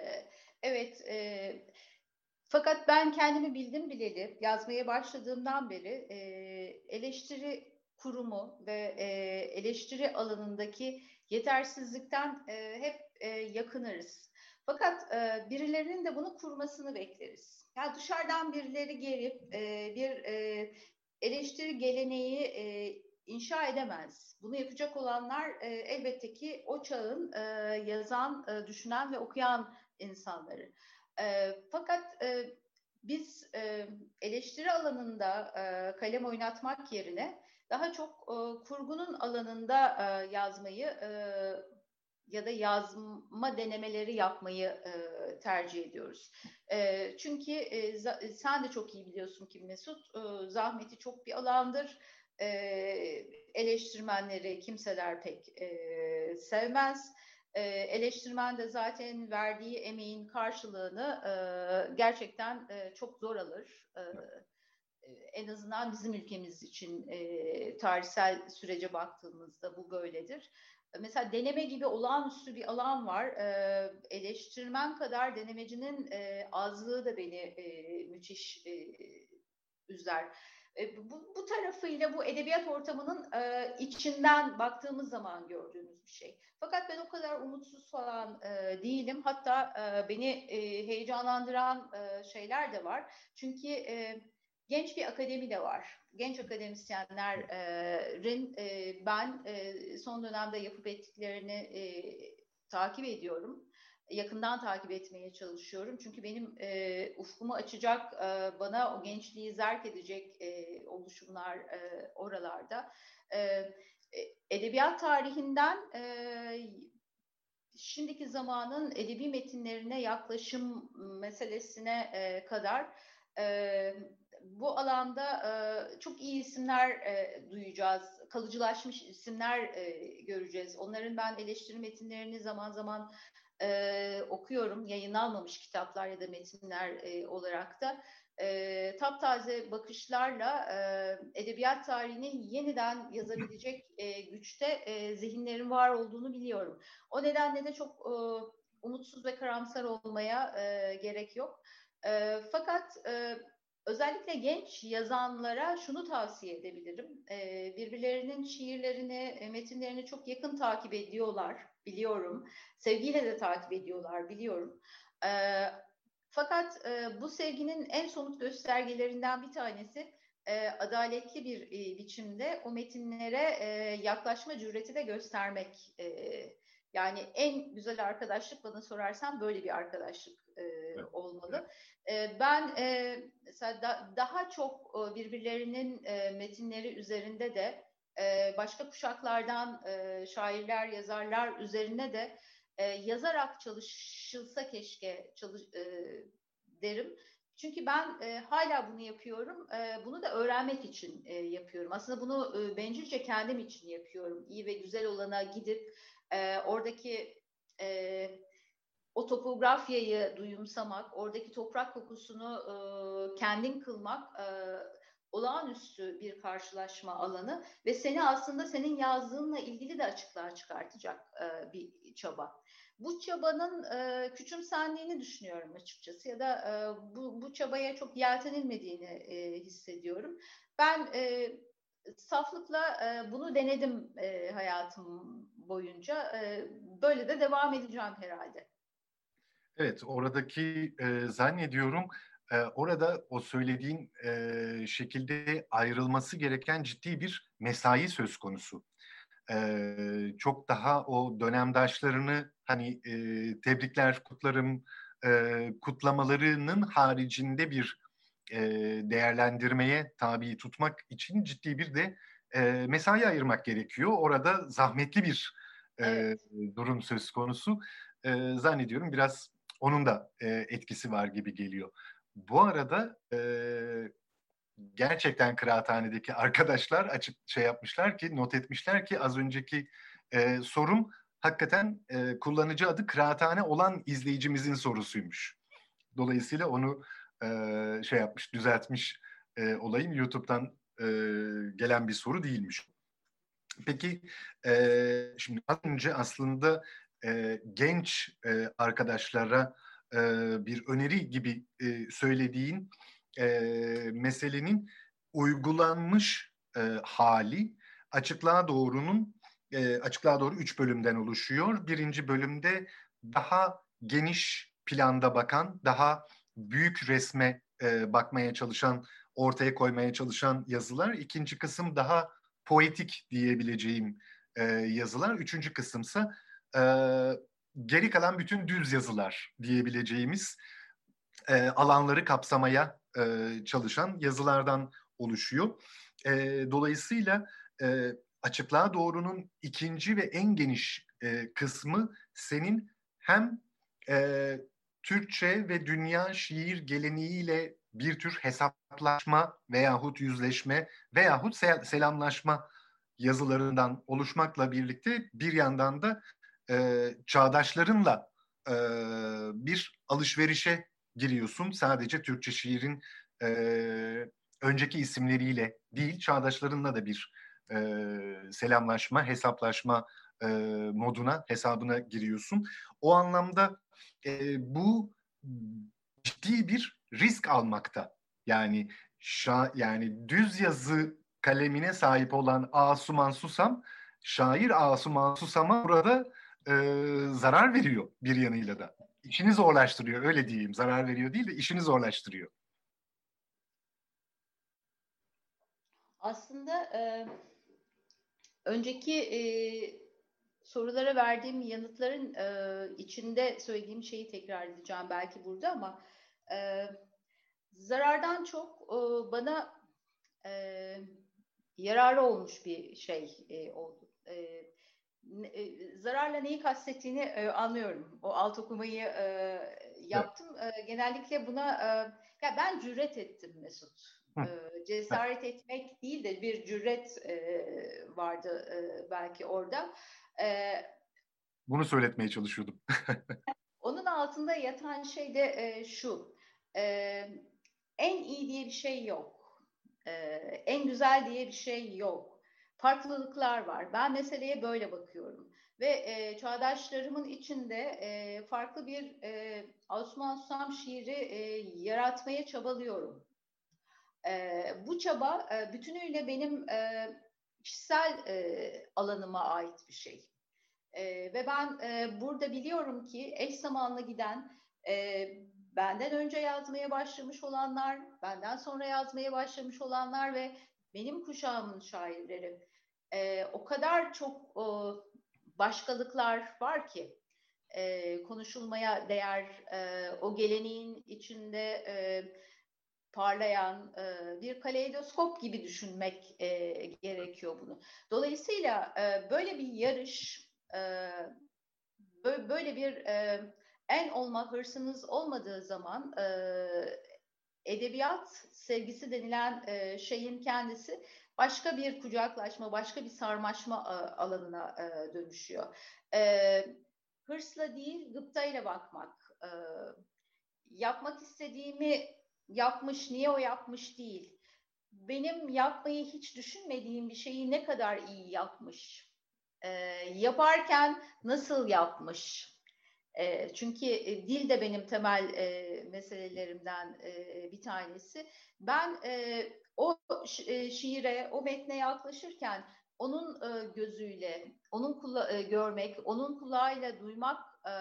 evet, e, fakat ben kendimi bildim bileli, yazmaya başladığımdan beri e, eleştiri kurumu ve e, eleştiri alanındaki yetersizlikten e, hep e, yakınırız. Fakat e, birilerinin de bunu kurmasını bekleriz. Yani dışarıdan birileri gelip e, bir e, eleştiri geleneği e, inşa edemez. Bunu yapacak olanlar e, elbette ki o çağın e, yazan, e, düşünen ve okuyan insanları. E, fakat e, biz e, eleştiri alanında e, kalem oynatmak yerine daha çok e, kurgunun alanında e, yazmayı e, ya da yazma denemeleri yapmayı e, tercih ediyoruz. E, çünkü e, za- sen de çok iyi biliyorsun ki Mesut, e, zahmeti çok bir alandır. E, eleştirmenleri kimseler pek e, sevmez. E, eleştirmen de zaten verdiği emeğin karşılığını e, gerçekten e, çok zor alır. E, en azından bizim ülkemiz için e, tarihsel sürece baktığımızda bu böyledir. Mesela deneme gibi olağanüstü bir alan var. E, eleştirmen kadar denemecinin e, azlığı da beni e, müthiş e, üzer. E, bu, bu tarafıyla bu edebiyat ortamının e, içinden baktığımız zaman gördüğümüz bir şey. Fakat ben o kadar umutsuz falan e, değilim. Hatta e, beni e, heyecanlandıran e, şeyler de var. Çünkü e, genç bir akademi de var. Genç akademisyenlerin e, ben e, son dönemde yapıp ettiklerini e, takip ediyorum. Yakından takip etmeye çalışıyorum. Çünkü benim e, ufkumu açacak, e, bana o gençliği zerk edecek e, oluşumlar e, oralarda. E, edebiyat tarihinden e, şimdiki zamanın edebi metinlerine yaklaşım meselesine e, kadar e, bu alanda e, çok iyi isimler e, duyacağız. Kalıcılaşmış isimler e, göreceğiz. Onların ben eleştiri metinlerini zaman zaman e, okuyorum. Yayınlanmamış kitaplar ya da metinler e, olarak da. E, taptaze bakışlarla e, edebiyat tarihini yeniden yazabilecek e, güçte e, zihinlerin var olduğunu biliyorum. O nedenle de çok e, umutsuz ve karamsar olmaya e, gerek yok. E, fakat e, özellikle genç yazanlara şunu tavsiye edebilirim. E, birbirlerinin şiirlerini, metinlerini çok yakın takip ediyorlar, biliyorum. Sevgiyle de takip ediyorlar, biliyorum. E, fakat e, bu sevginin en somut göstergelerinden bir tanesi e, adaletli bir e, biçimde o metinlere e, yaklaşma cüreti de göstermek. E, yani en güzel arkadaşlık bana sorarsan böyle bir arkadaşlık e, olmalı. E, ben e, mesela da, daha çok e, birbirlerinin e, metinleri üzerinde de e, başka kuşaklardan e, şairler, yazarlar üzerine de e, yazarak çalışılsa keşke çalış, e, derim. Çünkü ben e, hala bunu yapıyorum. E, bunu da öğrenmek için e, yapıyorum. Aslında bunu e, bencilce kendim için yapıyorum. İyi ve güzel olana gidip e, oradaki e, o topografyayı duyumsamak, oradaki toprak kokusunu e, kendin kılmak e, olağanüstü bir karşılaşma alanı ve seni aslında senin yazdığınla ilgili de açıklığa çıkartacak e, bir çaba. Bu çabanın e, küçümsendiğini düşünüyorum açıkçası ya da e, bu, bu çabaya çok yeltenilmediğini e, hissediyorum. Ben e, saflıkla e, bunu denedim e, hayatım boyunca. E, böyle de devam edeceğim herhalde. Evet, oradaki e, zannediyorum e, orada o söylediğin e, şekilde ayrılması gereken ciddi bir mesai söz konusu. E, çok daha o dönemdaşlarını hani e, tebrikler kutlarım e, kutlamalarının haricinde bir e, değerlendirmeye tabi tutmak için ciddi bir de e, mesai ayırmak gerekiyor. Orada zahmetli bir e, Evet. durum söz konusu. E, zannediyorum biraz onun da e, etkisi var gibi geliyor. Bu arada e, gerçekten kıraathanedeki arkadaşlar açık şey yapmışlar ki, not etmişler ki az önceki e, sorum hakikaten e, kullanıcı adı kıraathane olan izleyicimizin sorusuymuş. Dolayısıyla onu e, şey yapmış, düzeltmiş e, olayım. YouTube'dan e, gelen bir soru değilmiş. Peki e, şimdi az önce aslında e, genç e, arkadaşlara e, bir öneri gibi e, söylediğin e, meselenin uygulanmış e, hali Açıklığa Doğru'nun e, Açıklığa Doğru üç bölümden oluşuyor. Birinci bölümde daha geniş planda bakan, daha büyük resme e, bakmaya çalışan, ortaya koymaya çalışan yazılar. İkinci kısım daha poetik diyebileceğim e, yazılar. Üçüncü kısımsa e, geri kalan bütün düz yazılar diyebileceğimiz e, alanları kapsamaya e, çalışan yazılardan oluşuyor. E, dolayısıyla e, Açıklığa Doğru'nun ikinci ve en geniş e, kısmı senin hem e, Türkçe ve dünya şiir geleneğiyle bir tür hesaplaşma veyahut yüzleşme veyahut selamlaşma yazılarından oluşmakla birlikte bir yandan da e, çağdaşlarınla e, bir alışverişe giriyorsun. Sadece Türkçe şiirin e, önceki isimleriyle değil, çağdaşlarınla da bir e, selamlaşma, hesaplaşma e, moduna, hesabına giriyorsun. O anlamda e, bu ciddi bir risk almakta. Yani şa yani düz yazı kalemine sahip olan Asuman Susam, şair Asuman Susam'a burada e, zarar veriyor bir yanıyla da. İşini zorlaştırıyor, öyle diyeyim. Zarar veriyor değil de işini zorlaştırıyor. Aslında e, önceki e, sorulara verdiğim yanıtların e, içinde söylediğim şeyi tekrar edeceğim belki burada ama e, zarardan çok e, bana e, yararı olmuş bir şey e, oldu. E, e, zararla neyi kastettiğini e, anlıyorum. O alt okumayı e, yaptım. Evet. E, genellikle buna e, ya ben cüret ettim Mesut. E, cesaret evet. etmek değil de bir cüret e, vardı e, belki orada. E, Bunu söyletmeye çalışıyordum. Onun altında yatan şey de e, şu. E, en iyi diye bir şey yok. E, en güzel diye bir şey yok. Farklılıklar var. Ben meseleye böyle bakıyorum. Ve e, çağdaşlarımın içinde e, farklı bir e, Asuman Susam şiiri e, yaratmaya çabalıyorum. E, bu çaba e, bütünüyle benim e, kişisel e, alanıma ait bir şey. E, ve ben e, burada biliyorum ki eş zamanlı giden e, benden önce yazmaya başlamış olanlar, benden sonra yazmaya başlamış olanlar ve benim kuşağımın şairleri e, o kadar çok o, başkalıklar var ki e, konuşulmaya değer e, o geleneğin içinde e, parlayan e, bir kaleidoskop gibi düşünmek e, gerekiyor bunu. Dolayısıyla e, böyle bir yarış, e, böyle bir e, en olma hırsınız olmadığı zaman e, edebiyat sevgisi denilen e, şeyin kendisi başka bir kucaklaşma, başka bir sarmaşma e, alanına e, dönüşüyor. E, hırsla değil, gıptayla bakmak. E, yapmak istediğimi yapmış, niye o yapmış değil. Benim yapmayı hiç düşünmediğim bir şeyi ne kadar iyi yapmış. E, yaparken nasıl yapmış. E, çünkü e, dil de benim temel e, meselelerimden e, bir tanesi. Ben e, o şi- şiire, o metne yaklaşırken onun e, gözüyle, onun kula- e, görmek, onun kulağıyla duymak e,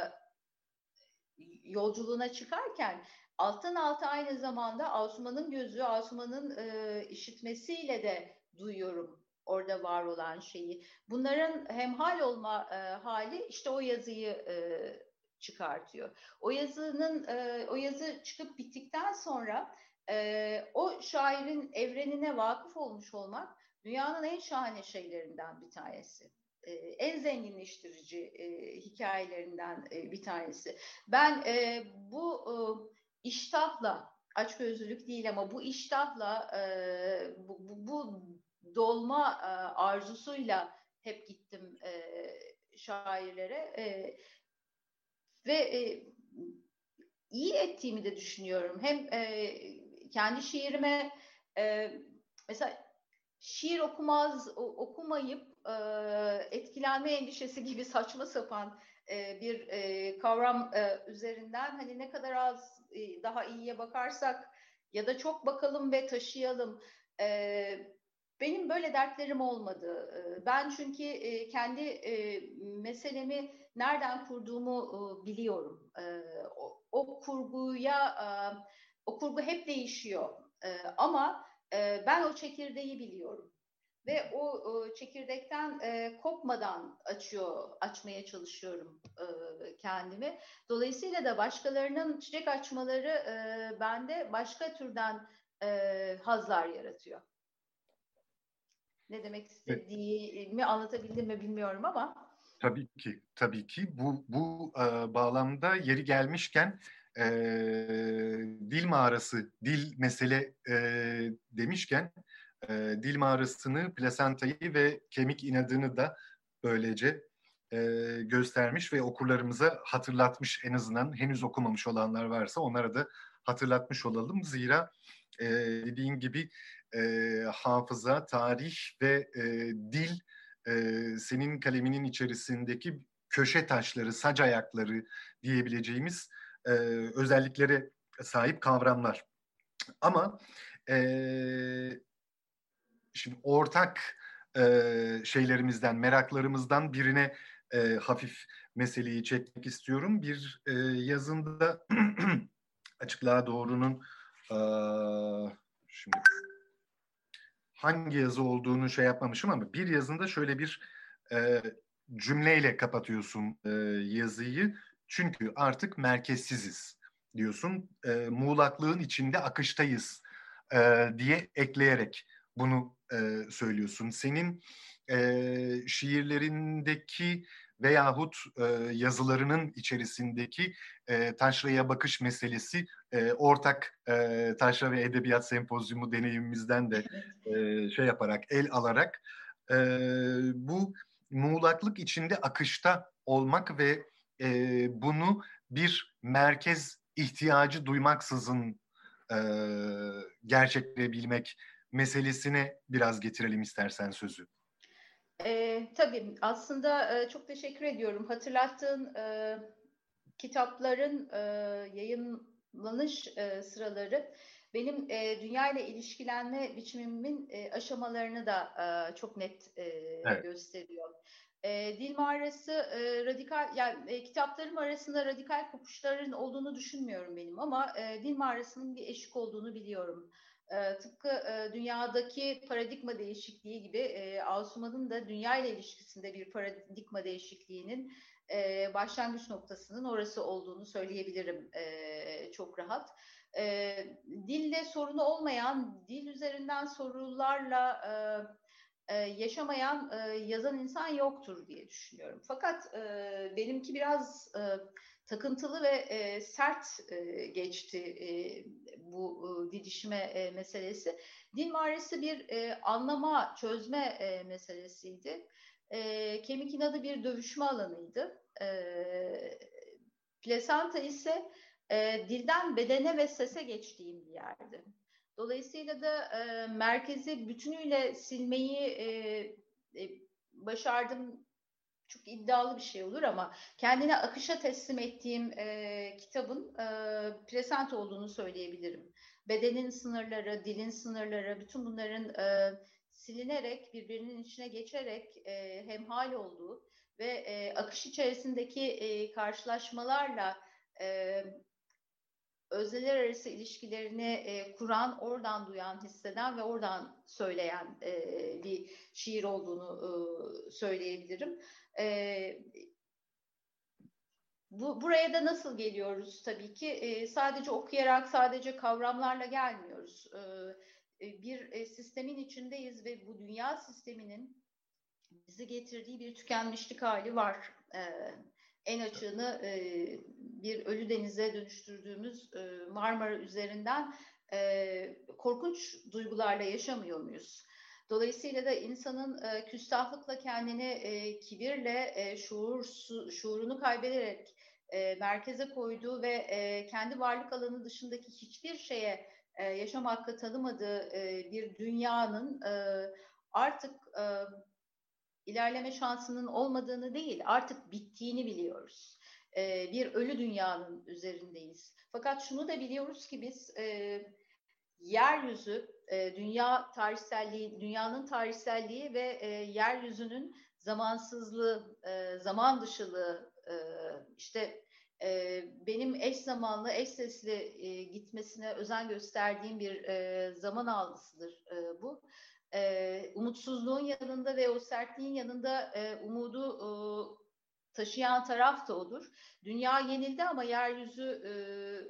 yolculuğuna çıkarken alttan alta aynı zamanda Asuman'ın gözü, Asuman'ın e, işitmesiyle de duyuyorum orada var olan şeyi. Bunların hemhal olma e, hali işte o yazıyı e, çıkartıyor. O yazının e, o yazı çıkıp bittikten sonra e, o şairin evrenine vakıf olmuş olmak dünyanın en şahane şeylerinden bir tanesi. E, en zenginleştirici e, hikayelerinden e, bir tanesi. Ben e, bu e, iştahla, açgözlülük değil ama bu iştahla, e, bu, bu, bu dolma e, arzusuyla hep gittim e, şairlere e, ve e, iyi ettiğimi de düşünüyorum. Hem e, kendi şiirime e, mesela şiir okumaz, okumayıp e, etkilenme endişesi gibi saçma sapan e, bir e, kavram e, üzerinden hani ne kadar az e, daha iyiye bakarsak ya da çok bakalım ve taşıyalım. E, benim böyle dertlerim olmadı. E, ben çünkü e, kendi e, meselemi nereden kurduğumu e, biliyorum. E, o, o kurguya, e, o kurgu hep değişiyor. E, ama e, ben o çekirdeği biliyorum. Ve o e, çekirdekten e, kopmadan açıyor, açmaya çalışıyorum e, kendimi. Dolayısıyla da başkalarının çiçek açmaları e, bende başka türden e, hazlar yaratıyor. Ne demek Evet. istediğimi anlatabildim mi bilmiyorum ama. Tabii ki, tabii ki. Bu bu e, bağlamda yeri gelmişken e, dil mağarası, dil mesele e, demişken e, dil mağarasını, plasantayı ve kemik inadını da böylece e, göstermiş ve okurlarımıza hatırlatmış, en azından henüz okumamış olanlar varsa onlara da hatırlatmış olalım. Zira e, dediğin gibi e, hafıza, tarih ve e, dil e, senin kaleminin içerisindeki köşe taşları, sac ayakları diyebileceğimiz e, özelliklere sahip kavramlar. Ama e, şimdi ortak e, şeylerimizden, meraklarımızdan birine e, hafif meseleyi çekmek istiyorum. Bir e, yazında Açıklığa Doğru'nun e, şimdi hangi yazı olduğunu şey yapmamışım ama bir yazında şöyle bir e, cümleyle kapatıyorsun e, yazıyı. Çünkü artık merkezsiziz diyorsun. E, muğlaklığın içinde akıştayız e, diye ekleyerek bunu e, söylüyorsun. Senin e, şiirlerindeki veyahut e, yazılarının içerisindeki e, taşraya bakış meselesi e, ortak e, taşra ve edebiyat sempozyumu deneyimimizden de e, şey yaparak, el alarak e, bu muğlaklık içinde akışta olmak ve e, bunu bir merkez ihtiyacı duymaksızın e, gerçekleyebilmek meselesine biraz getirelim istersen sözü. E, tabii aslında e, çok teşekkür ediyorum. Hatırlattığın e, kitapların e, yayınlanış e, sıraları benim e, dünya ile ilişkilenme biçimimin e, aşamalarını da e, çok net e, Evet. gösteriyor. E, dil mağarası e, radikal, yani e, kitaplarım arasında radikal kopuşların olduğunu düşünmüyorum benim ama e, dil mağarasının bir eşik olduğunu biliyorum. E, tıpkı e, dünyadaki paradigma değişikliği gibi e, Asuman'ın da dünya ile ilişkisinde bir paradigma değişikliğinin e, başlangıç noktasının orası olduğunu söyleyebilirim e, çok rahat. E, dille sorunu olmayan, dil üzerinden sorularla e, e, yaşamayan e, yazan insan yoktur diye düşünüyorum. Fakat e, benimki biraz e, takıntılı ve e, sert e, geçti e, bu e, didişme e, meselesi. Dil mağarası bir e, anlama, çözme e, meselesiydi. E, Kemik İnadı bir dövüşme alanıydı. E, plasenta ise e, dilden bedene ve sese geçtiğim bir yerdi. Dolayısıyla da e, merkezi bütünüyle silmeyi e, e, başardım. Çok iddialı bir şey olur ama kendine akışa teslim ettiğim e, kitabın e, plasenta olduğunu söyleyebilirim. Bedenin sınırları, dilin sınırları, bütün bunların e, silinerek, birbirinin içine geçerek e, hemhal olduğu ve e, akış içerisindeki e, karşılaşmalarla e, özneler arası ilişkilerini e, kuran, oradan duyan, hisseden ve oradan söyleyen e, bir şiir olduğunu e, söyleyebilirim. E, bu buraya da nasıl geliyoruz tabii ki? E, sadece okuyarak, sadece kavramlarla gelmiyoruz. E, bir e, sistemin içindeyiz ve bu dünya sisteminin bizi getirdiği bir tükenmişlik hali var. E, en açığını e, bir ölü denize dönüştürdüğümüz e, Marmara üzerinden e, korkunç duygularla yaşamıyor muyuz? Dolayısıyla da insanın e, küstahlıkla kendini e, kibirle, e, şuur, şuurunu kaybederek e, merkeze koyduğu ve e, kendi varlık alanı dışındaki hiçbir şeye e, yaşam hakkı tanımadığı e, bir dünyanın e, artık e, ilerleme şansının olmadığını değil, artık bittiğini biliyoruz. E, bir ölü dünyanın üzerindeyiz. Fakat şunu da biliyoruz ki biz e, yeryüzü, e, dünya tarihselliği, dünyanın tarihselliği ve e, yeryüzünün zamansızlığı, e, zaman dışılığı, e, işte e, benim eş zamanlı, eş sesli e, gitmesine özen gösterdiğim bir e, zaman algısıdır e, bu. E, umutsuzluğun yanında ve o sertliğin yanında e, umudu e, taşıyan taraf da odur. Dünya yenildi ama yeryüzü e,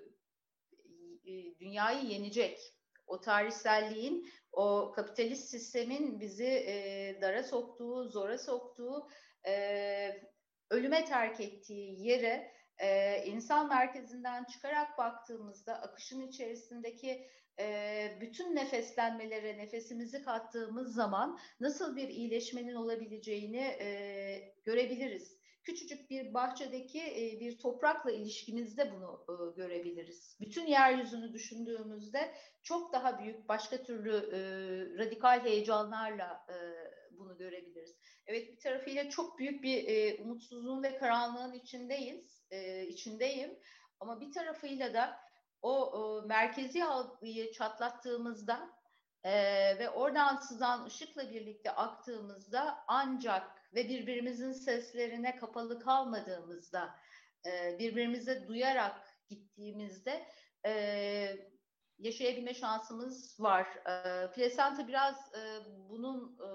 e, dünyayı yenecek. O tarihselliğin, o kapitalist sistemin bizi e, dara soktuğu, zora soktuğu, e, ölüme terk ettiği yere e, insan merkezinden çıkarak baktığımızda akışın içerisindeki e, bütün nefeslenmelere nefesimizi kattığımız zaman nasıl bir iyileşmenin olabileceğini e, görebiliriz. Küçücük bir bahçedeki e, bir toprakla ilişkimizde bunu e, görebiliriz. Bütün yeryüzünü düşündüğümüzde çok daha büyük başka türlü e, radikal heyecanlarla e, bunu görebiliriz. Evet, bir tarafıyla çok büyük bir e, umutsuzluğun ve karanlığın içindeyiz, e, içindeyim. Ama bir tarafıyla da o e, merkezi algıyı çatlattığımızda e, ve oradan sızan ışıkla birlikte aktığımızda ancak ve birbirimizin seslerine kapalı kalmadığımızda, e, birbirimize duyarak gittiğimizde e, yaşayabilme şansımız var. E, Plasenta biraz e, bunun e,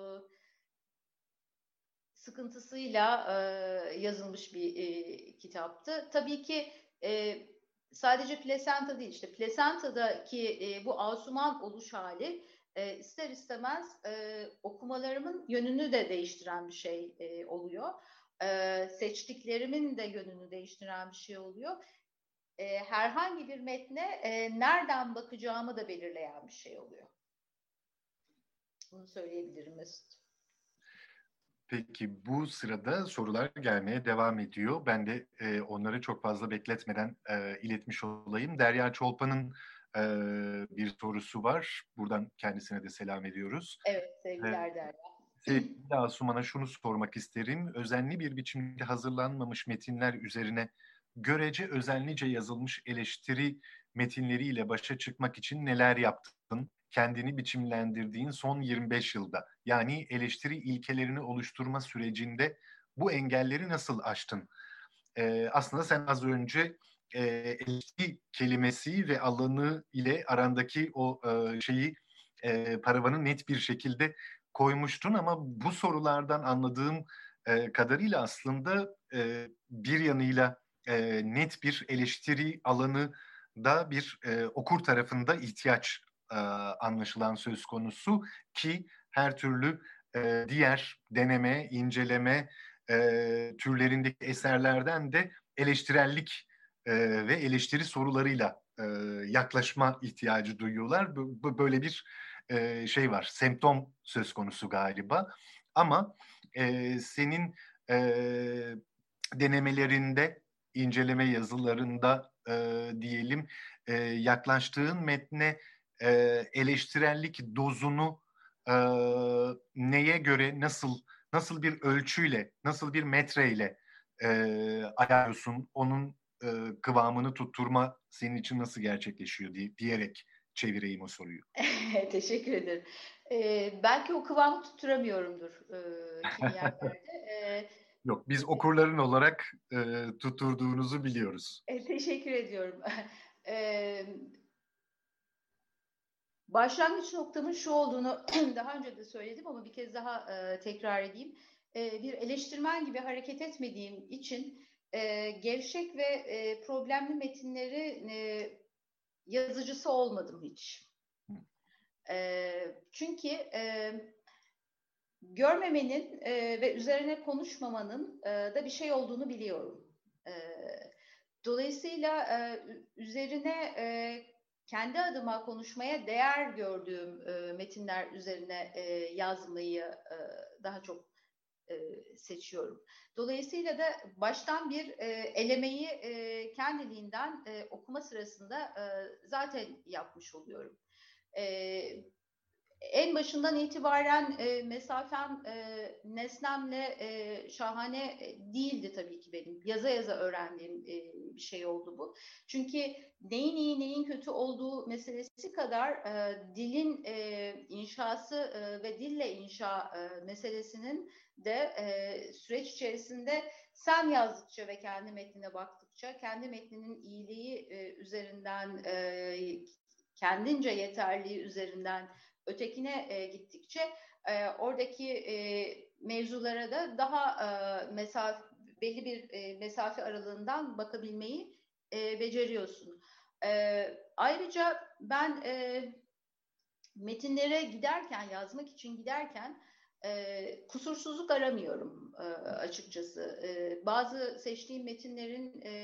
sıkıntısıyla e, yazılmış bir e, kitaptı. Tabii ki e, sadece plasenta değil, işte plasentadaki e, bu asuman oluş hali e, ister istemez e, okumalarımın yönünü de değiştiren bir şey e, oluyor. E, seçtiklerimin de yönünü değiştiren bir şey oluyor. E, herhangi bir metne e, nereden bakacağımı da belirleyen bir şey oluyor. Bunu söyleyebilirim Mesut. Peki bu sırada sorular gelmeye devam ediyor. Ben de e, onları çok fazla bekletmeden e, iletmiş olayım. Derya Çolpan'ın e, bir sorusu var. Buradan kendisine de selam ediyoruz. Evet, sevgiler E, Derya. Sevgili Asuman'a şunu sormak isterim. Özenli bir biçimde hazırlanmamış metinler üzerine görece özenlice yazılmış eleştiri metinleriyle başa çıkmak için neler yaptın? Kendini biçimlendirdiğin son yirmi beş yılda, yani eleştiri ilkelerini oluşturma sürecinde bu engelleri nasıl aştın? Ee, aslında sen az önce e, eleştiri kelimesi ve alanı ile arandaki o e, şeyi e, paravanı net bir şekilde koymuştun, ama bu sorulardan anladığım e, kadarıyla aslında e, bir yanıyla e, net bir eleştiri alanı da bir e, okur tarafında ihtiyaç e, anlaşılan söz konusu ki her türlü e, diğer deneme, inceleme e, türlerindeki eserlerden de eleştirellik e, ve eleştiri sorularıyla e, yaklaşma ihtiyacı duyuyorlar. B- böyle bir e, şey var, semptom söz konusu galiba. Ama e, senin e, denemelerinde, inceleme yazılarında e, diyelim e, yaklaştığın metne e, eleştirellik dozunu e, neye göre, nasıl nasıl bir ölçüyle, nasıl bir metreyle e, ayarlıyorsun? Onun e, kıvamını tutturma senin için nasıl gerçekleşiyor diye, diyerek çevireyim o soruyu. Teşekkür ederim. Ee, belki o kıvamı tutturamıyorumdur e, kimi yerlerde. Ee, Yok, biz okurların olarak e, tutturduğunuzu biliyoruz. e, teşekkür ediyorum. Ee, Başlangıç noktamın şu olduğunu daha önce de söyledim ama bir kez daha e, tekrar edeyim. E, bir eleştirmen gibi hareket etmediğim için e, gevşek ve e, problemli metinleri e, yazıcısı olmadım hiç. E, çünkü e, görmemenin e, ve üzerine konuşmamanın e, da bir şey olduğunu biliyorum. E, dolayısıyla e, üzerine e, kendi adıma konuşmaya değer gördüğüm e, metinler üzerine e, yazmayı e, daha çok e, seçiyorum. Dolayısıyla da baştan bir e, elemeyi e, kendiliğinden e, okuma sırasında e, zaten yapmış oluyorum. E, En başından itibaren e, mesafem e, nesnemle e, şahane e, değildi tabii ki benim. Yaza yaza öğrendiğim e, bir şey oldu bu. Çünkü neyin iyi neyin kötü olduğu meselesi kadar e, dilin e, inşası e, ve dille inşa e, meselesinin de e, süreç içerisinde sen yazdıkça ve kendi metnine baktıkça kendi metninin iyiliği e, üzerinden e, kendince yeterliği üzerinden ötekine e, gittikçe e, oradaki e, mevzulara da daha e, mesafe, belli bir e, mesafe aralığından bakabilmeyi e, beceriyorsun. E, ayrıca ben e, metinlere giderken, yazmak için giderken e, kusursuzluk aramıyorum e, açıkçası. E, bazı seçtiğim metinlerin e,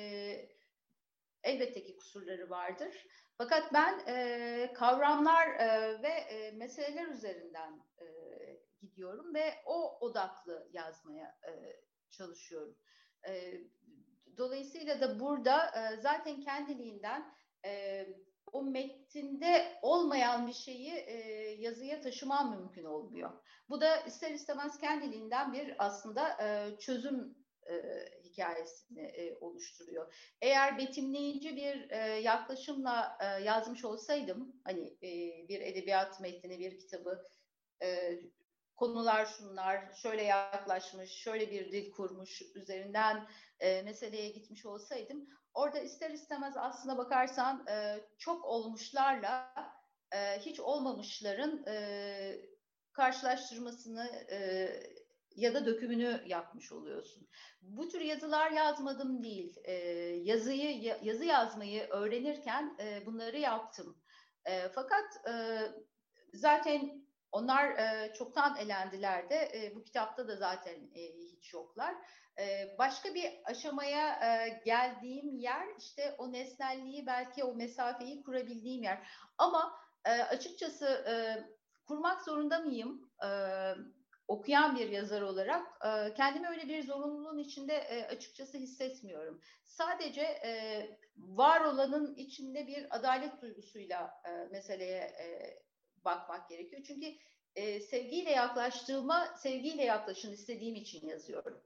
elbette ki kusurları vardır. Fakat ben e, kavramlar e, ve e, meseleler üzerinden e, gidiyorum ve o odaklı yazmaya e, çalışıyorum. E, dolayısıyla da burada e, zaten kendiliğinden e, o metinde olmayan bir şeyi e, yazıya taşımam mümkün olmuyor. Bu da ister istemez kendiliğinden bir aslında e, çözüm e, hikayesini e, oluşturuyor. Eğer betimleyici bir e, yaklaşımla e, yazmış olsaydım, hani e, bir edebiyat metnini, bir kitabı, e, konular şunlar, şöyle yaklaşmış, şöyle bir dil kurmuş, üzerinden e, meseleye gitmiş olsaydım, orada ister istemez aslına bakarsan e, çok olmuşlarla e, hiç olmamışların e, karşılaştırmasını e, ya da dökümünü yapmış oluyorsun. Bu tür yazılar yazmadım değil. E, yazıyı yazı yazmayı öğrenirken e, bunları yaptım. E, fakat e, zaten onlar e, çoktan elendiler de e, bu kitapta da zaten e, hiç yoklar. E, başka bir aşamaya e, geldiğim yer işte o nesnelliği belki o mesafeyi kurabildiğim yer. Ama e, açıkçası e, kurmak zorunda mıyım? E, okuyan bir yazar olarak e, kendimi öyle bir zorunluluğun içinde e, açıkçası hissetmiyorum. Sadece e, var olanın içinde bir adalet duygusuyla e, meseleye e, bakmak gerekiyor. Çünkü e, sevgiyle yaklaştığıma sevgiyle yaklaşın istediğim için yazıyorum.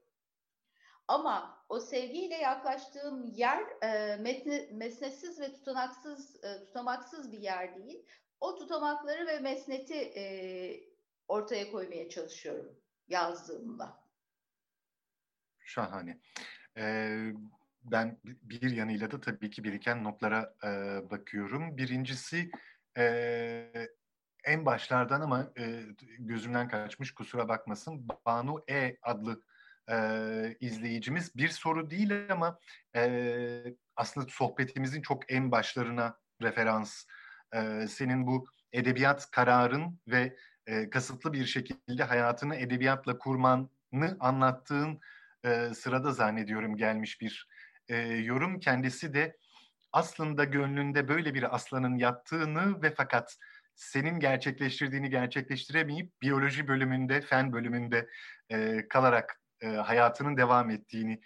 Ama o sevgiyle yaklaştığım yer e, metne, mesnetsiz ve tutanaksız, e, tutamaksız bir yer değil. O tutamakları ve mesneti e, ortaya koymaya çalışıyorum yazdığımda. Şahane. Ee, ben bir yanıyla da tabii ki biriken notlara e, bakıyorum. Birincisi e, en başlardan ama e, gözümden kaçmış, kusura bakmasın. Banu E adlı e, izleyicimiz bir soru değil ama e, aslında sohbetimizin çok en başlarına referans. E, senin bu edebiyat kararın ve e, kasıtlı bir şekilde hayatını edebiyatla kurmanı anlattığın e, sırada zannediyorum gelmiş bir e, yorum. Kendisi de aslında gönlünde böyle bir aslanın yattığını ve fakat senin gerçekleştirdiğini gerçekleştiremeyip biyoloji bölümünde, fen bölümünde e, kalarak e, hayatının devam ettiğini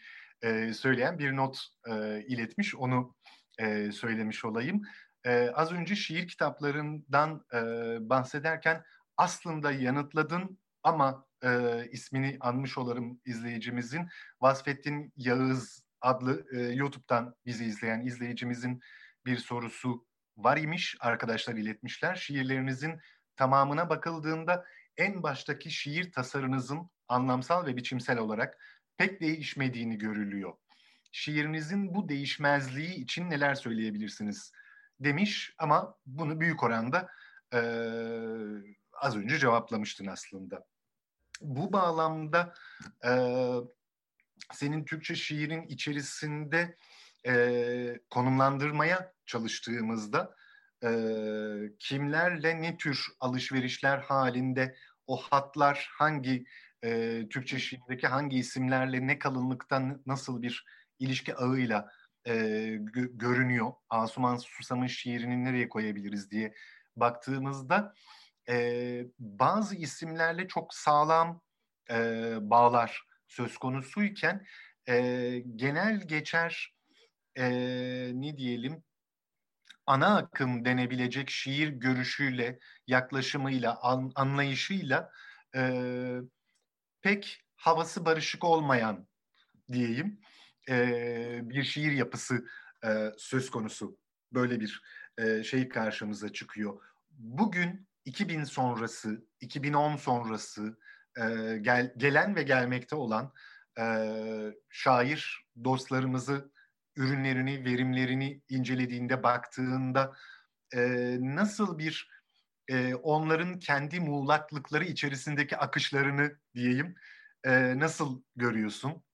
e, söyleyen bir not e, iletmiş. Onu e, söylemiş olayım. E, az önce şiir kitaplarından e, bahsederken aslında yanıtladın ama e, ismini anmış olalım izleyicimizin. Vasfettin Yağız adlı e, YouTube'dan bizi izleyen izleyicimizin bir sorusu var imiş. Arkadaşlar iletmişler. Şiirlerinizin tamamına bakıldığında en baştaki şiir tasarınızın anlamsal ve biçimsel olarak pek değişmediğini görülüyor. Şiirinizin bu değişmezliği için neler söyleyebilirsiniz demiş ama bunu büyük oranda e, az önce cevaplamıştın aslında. Bu bağlamda e, senin Türkçe şiirin içerisinde e, konumlandırmaya çalıştığımızda e, kimlerle ne tür alışverişler halinde o hatlar hangi e, Türkçe şiirdeki hangi isimlerle ne kalınlıktan nasıl bir ilişki ağıyla e, gö- görünüyor? Asuman Susam'ın şiirini nereye koyabiliriz diye baktığımızda e, bazı isimlerle çok sağlam e, bağlar söz konusuyken e, genel geçer e, ne diyelim ana akım denebilecek şiir görüşüyle, yaklaşımıyla, an, anlayışıyla e, pek havası barışık olmayan diyeyim e, bir şiir yapısı e, söz konusu. Böyle bir e, şey karşımıza çıkıyor. Bugün iki bin sonrası, iki bin on sonrası e, gel, gelen ve gelmekte olan e, şair dostlarımızı, ürünlerini, verimlerini incelediğinde, baktığında e, nasıl bir e, onların kendi muğlaklıkları içerisindeki akışlarını diyeyim e, nasıl görüyorsun?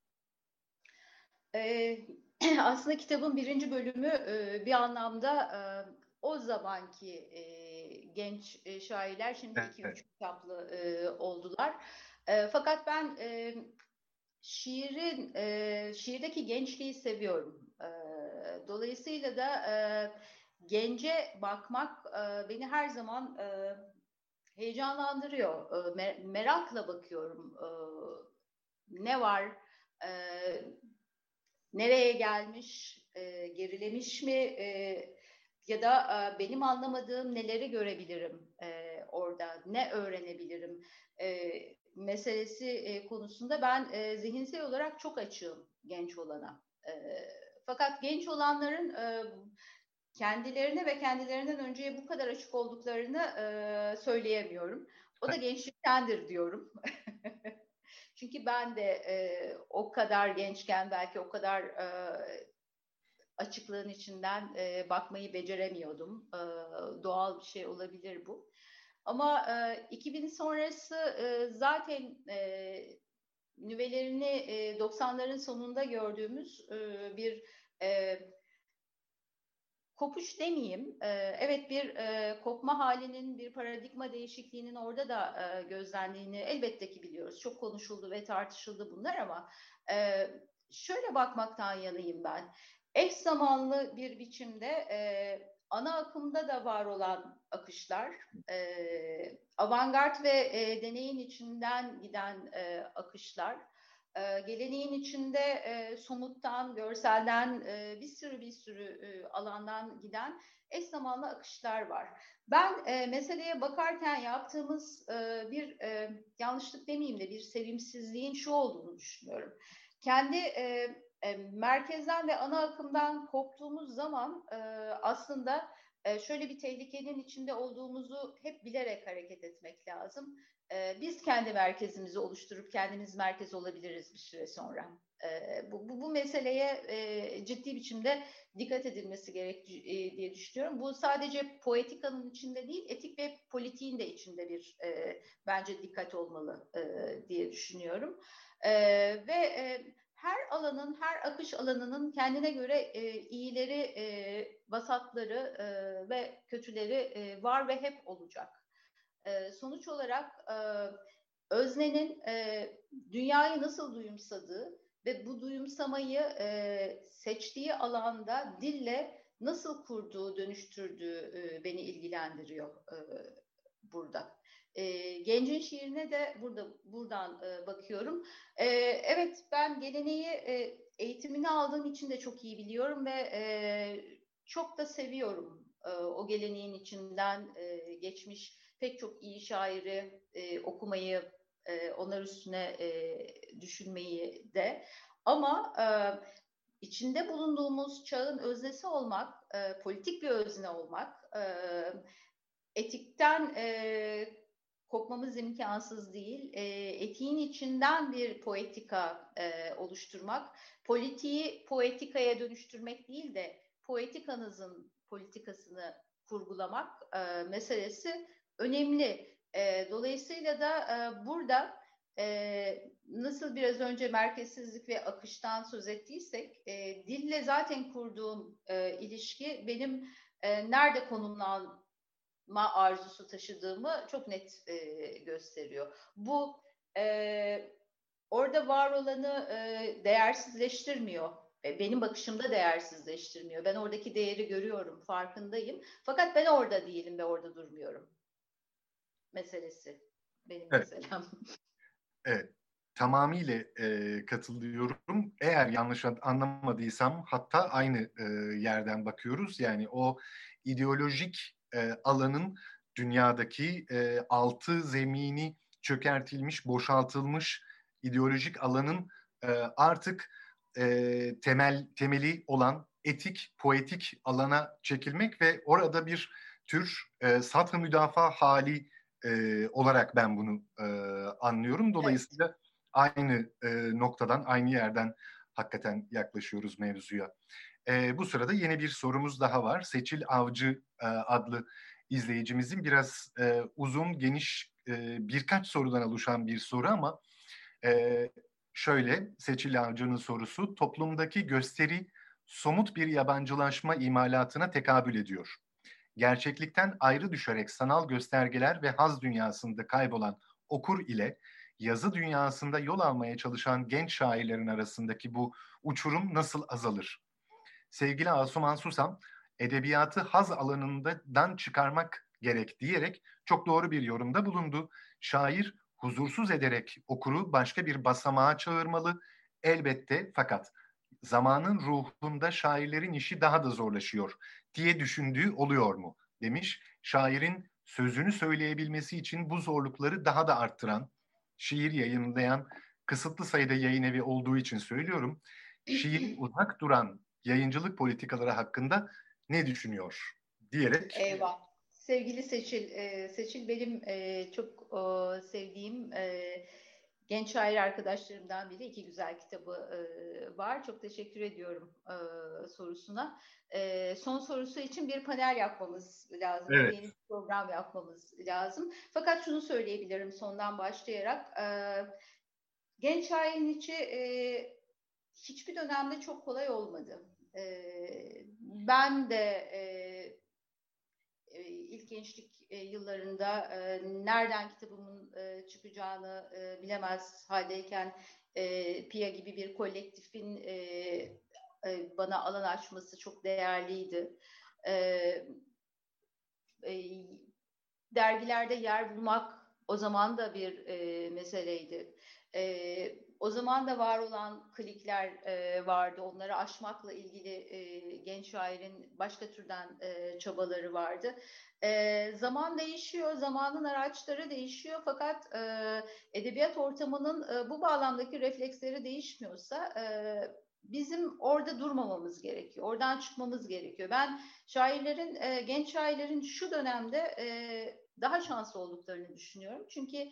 Ee, aslında kitabın birinci bölümü e, bir anlamda e, o zamanki e, genç e, şairler şimdi iki Evet. üç kitaplı e, oldular. E, fakat ben e, şiirin e, şiirdeki gençliği seviyorum. E, dolayısıyla da e, gence bakmak e, beni her zaman e, heyecanlandırıyor. E, mer- merakla bakıyorum. E, ne var? E, Nereye gelmiş, e, gerilemiş mi e, ya da e, benim anlamadığım neleri görebilirim e, orada, ne öğrenebilirim e, meselesi e, konusunda ben e, zihinsel olarak çok açığım genç olana. E, fakat genç olanların e, kendilerine ve kendilerinden önceye bu kadar açık olduklarını e, söyleyemiyorum. O da gençliktendir diyorum. Çünkü ben de e, o kadar gençken belki o kadar e, açıklığın içinden e, bakmayı beceremiyordum. E, doğal bir şey olabilir bu. Ama e, iki bin sonrası e, zaten e, nüvelerini e, doksanların sonunda gördüğümüz e, bir e, kopuş demeyeyim. E, evet bir e, kopma halinin, bir paradigma değişikliğinin orada da e, gözlendiğini elbette ki biliyoruz. Çok konuşuldu ve tartışıldı bunlar ama e, şöyle bakmaktan yanayım ben. Eş zamanlı bir biçimde e, ana akımda da var olan akışlar, e, avantgard ve e, deneyin içinden giden e, akışlar, e, geleneğin içinde e, somuttan, görselden e, bir sürü bir sürü e, alandan giden eş zamanlı akışlar var. Ben e, meseleye bakarken yaptığımız e, bir e, yanlışlık demeyeyim de bir sevimsizliğin şu olduğunu düşünüyorum. Kendi e, e, merkezden ve ana akımdan koptuğumuz zaman e, aslında e, şöyle bir tehlikenin içinde olduğumuzu hep bilerek hareket etmek lazım. E, biz kendi merkezimizi oluşturup kendimiz merkez olabiliriz bir süre sonra. E, bu, bu, bu meseleye e, ciddi biçimde dikkat edilmesi gerek e, diye düşünüyorum. Bu sadece poetikanın içinde değil, etik ve politiğin de içinde bir e, bence dikkat olmalı e, diye düşünüyorum. E, ve e, her alanın, her akış alanının kendine göre e, iyileri, e, vasatları e, ve kötüleri e, var ve hep olacak. E, sonuç olarak e, öznenin e, dünyayı nasıl duyumsadığı ve bu duyumsamayı e, seçtiği alanda dille nasıl kurduğu, dönüştürdüğü e, beni ilgilendiriyor e, burada. E, Genc'in şiirine de burada buradan e, bakıyorum. E, evet ben geleneği e, eğitimini aldığım için de çok iyi biliyorum ve e, çok da seviyorum. E, o geleneğin içinden e, geçmiş pek çok iyi şairi e, okumayı, e, onlar üstüne e, düşünmeyi de. Ama e, içinde bulunduğumuz çağın öznesi olmak, e, politik bir özne olmak, e, etikten e, kopmamız imkansız değil. E, etiğin içinden bir poetika e, oluşturmak, politiği poetikaya dönüştürmek değil de poetikanızın politikasını kurgulamak e, meselesi önemli. E, dolayısıyla da e, burada e, nasıl biraz önce merkezsizlik ve akıştan söz ettiysek, e, dille zaten kurduğum e, ilişki benim e, nerede konumlan ma arzusu taşıdığımı çok net e, gösteriyor. Bu e, orada var olanı e, değersizleştirmiyor. E, benim bakışımda değersizleştirmiyor. Ben oradaki değeri görüyorum, farkındayım. Fakat ben orada değilim ve orada durmuyorum. Meselesi benim Evet. meselem. Evet. Tamamıyla e, katılıyorum. Eğer yanlış anlamadıysam hatta aynı e, yerden bakıyoruz. Yani o ideolojik e, alanın dünyadaki e, altı zemini çökertilmiş, boşaltılmış ideolojik alanın e, artık e, temel temeli olan etik, poetik alana çekilmek ve orada bir tür e, sath-ı müdafaa hali e, olarak ben bunu e, anlıyorum. Dolayısıyla evet, aynı e, noktadan, aynı yerden hakikaten yaklaşıyoruz mevzuya. E, bu sırada yeni bir sorumuz daha var. Seçil Avcı e, adlı izleyicimizin biraz e, uzun, geniş e, birkaç sorudan oluşan bir soru ama e, şöyle, Seçil Avcı'nın sorusu, toplumdaki gösteri somut bir yabancılaşma imalatına tekabül ediyor. Gerçeklikten ayrı düşerek sanal göstergeler ve haz dünyasında kaybolan okur ile yazı dünyasında yol almaya çalışan genç şairlerin arasındaki bu uçurum nasıl azalır? Sevgili Asuman Susam, edebiyatı haz alanından çıkarmak gerek diyerek çok doğru bir yorumda bulundu. Şair huzursuz ederek okuru başka bir basamağa çağırmalı elbette, fakat zamanın ruhunda şairlerin işi daha da zorlaşıyor diye düşündüğü oluyor mu demiş. Şairin sözünü söyleyebilmesi için bu zorlukları daha da arttıran, şiir yayınlayan kısıtlı sayıda yayın evi olduğu için söylüyorum, şiirin uzak duran yayıncılık politikaları hakkında ne düşünüyor diyerek. Eyvah. Sevgili Seçil, e, Seçil benim e, çok e, sevdiğim e, genç şair arkadaşlarımdan biri. İki güzel kitabı e, var. Çok teşekkür ediyorum e, sorusuna. E, son sorusu için bir panel yapmamız lazım. Evet. Yeni bir program yapmamız lazım. Fakat şunu söyleyebilirim sondan başlayarak. E, genç şairin içi e, hiçbir dönemde çok kolay olmadı. E, ben de e, ilk gençlik yıllarında nereden kitabımın çıkacağını bilemez haldeyken Pia gibi bir kolektifin bana alan açması çok değerliydi. Dergilerde yer bulmak o zaman da bir meseleydi. O zaman da var olan klikler vardı. Onları aşmakla ilgili genç şairin başka türden çabaları vardı. Zaman değişiyor, zamanın araçları değişiyor. Fakat edebiyat ortamının bu bağlamdaki refleksleri değişmiyorsa bizim orada durmamamız gerekiyor. Oradan çıkmamız gerekiyor. Ben şairlerin, genç şairlerin şu dönemde daha şanslı olduklarını düşünüyorum. Çünkü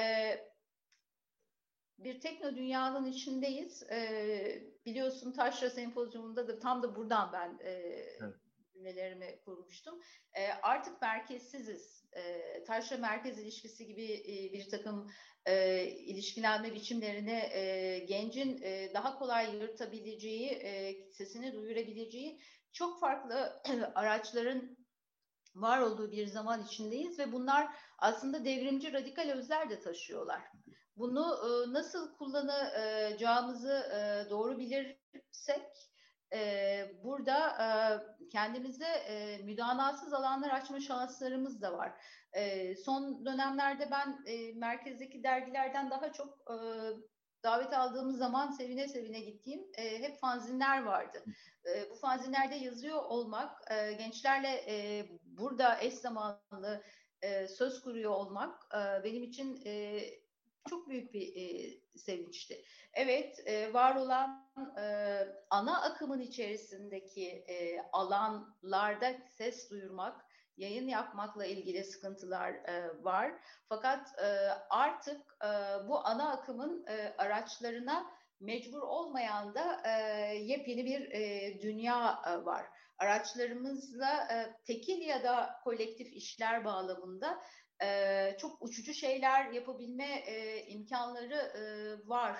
bir tekno dünyanın içindeyiz. Ee, biliyorsun Taşra Sempozyumunda da tam da buradan ben e, evet. cümlelerimi kurmuştum. E, artık merkezsiziz. E, Taşra merkez ilişkisi gibi e, bir takım e, ilişkilenme biçimlerini e, gencin e, daha kolay yırtabileceği, e, sesini duyurabileceği çok farklı araçların var olduğu bir zaman içindeyiz ve bunlar aslında devrimci radikal özler de taşıyorlar. Bunu e, nasıl kullanacağımızı e, doğru bilirsek e, burada e, kendimize e, müdanasız alanlar açma şanslarımız da var. E, son dönemlerde ben e, merkezdeki dergilerden daha çok e, davet aldığımız zaman sevine sevine gittiğim e, hep fanzinler vardı. E, bu fanzinlerde yazıyor olmak, e, gençlerle e, burada eş zamanlı e, söz kuruyor olmak e, benim için e, çok büyük bir e, sevinçti. Evet, e, var olan e, ana akımın içerisindeki e, alanlarda ses duyurmak, yayın yapmakla ilgili sıkıntılar e, var. Fakat e, artık e, bu ana akımın e, araçlarına mecbur olmayan da e, yepyeni bir e, dünya e, var. Araçlarımızla e, tekil ya da kolektif işler bağlamında e, çok uçucu şeyler yapabilme e, imkanları e, var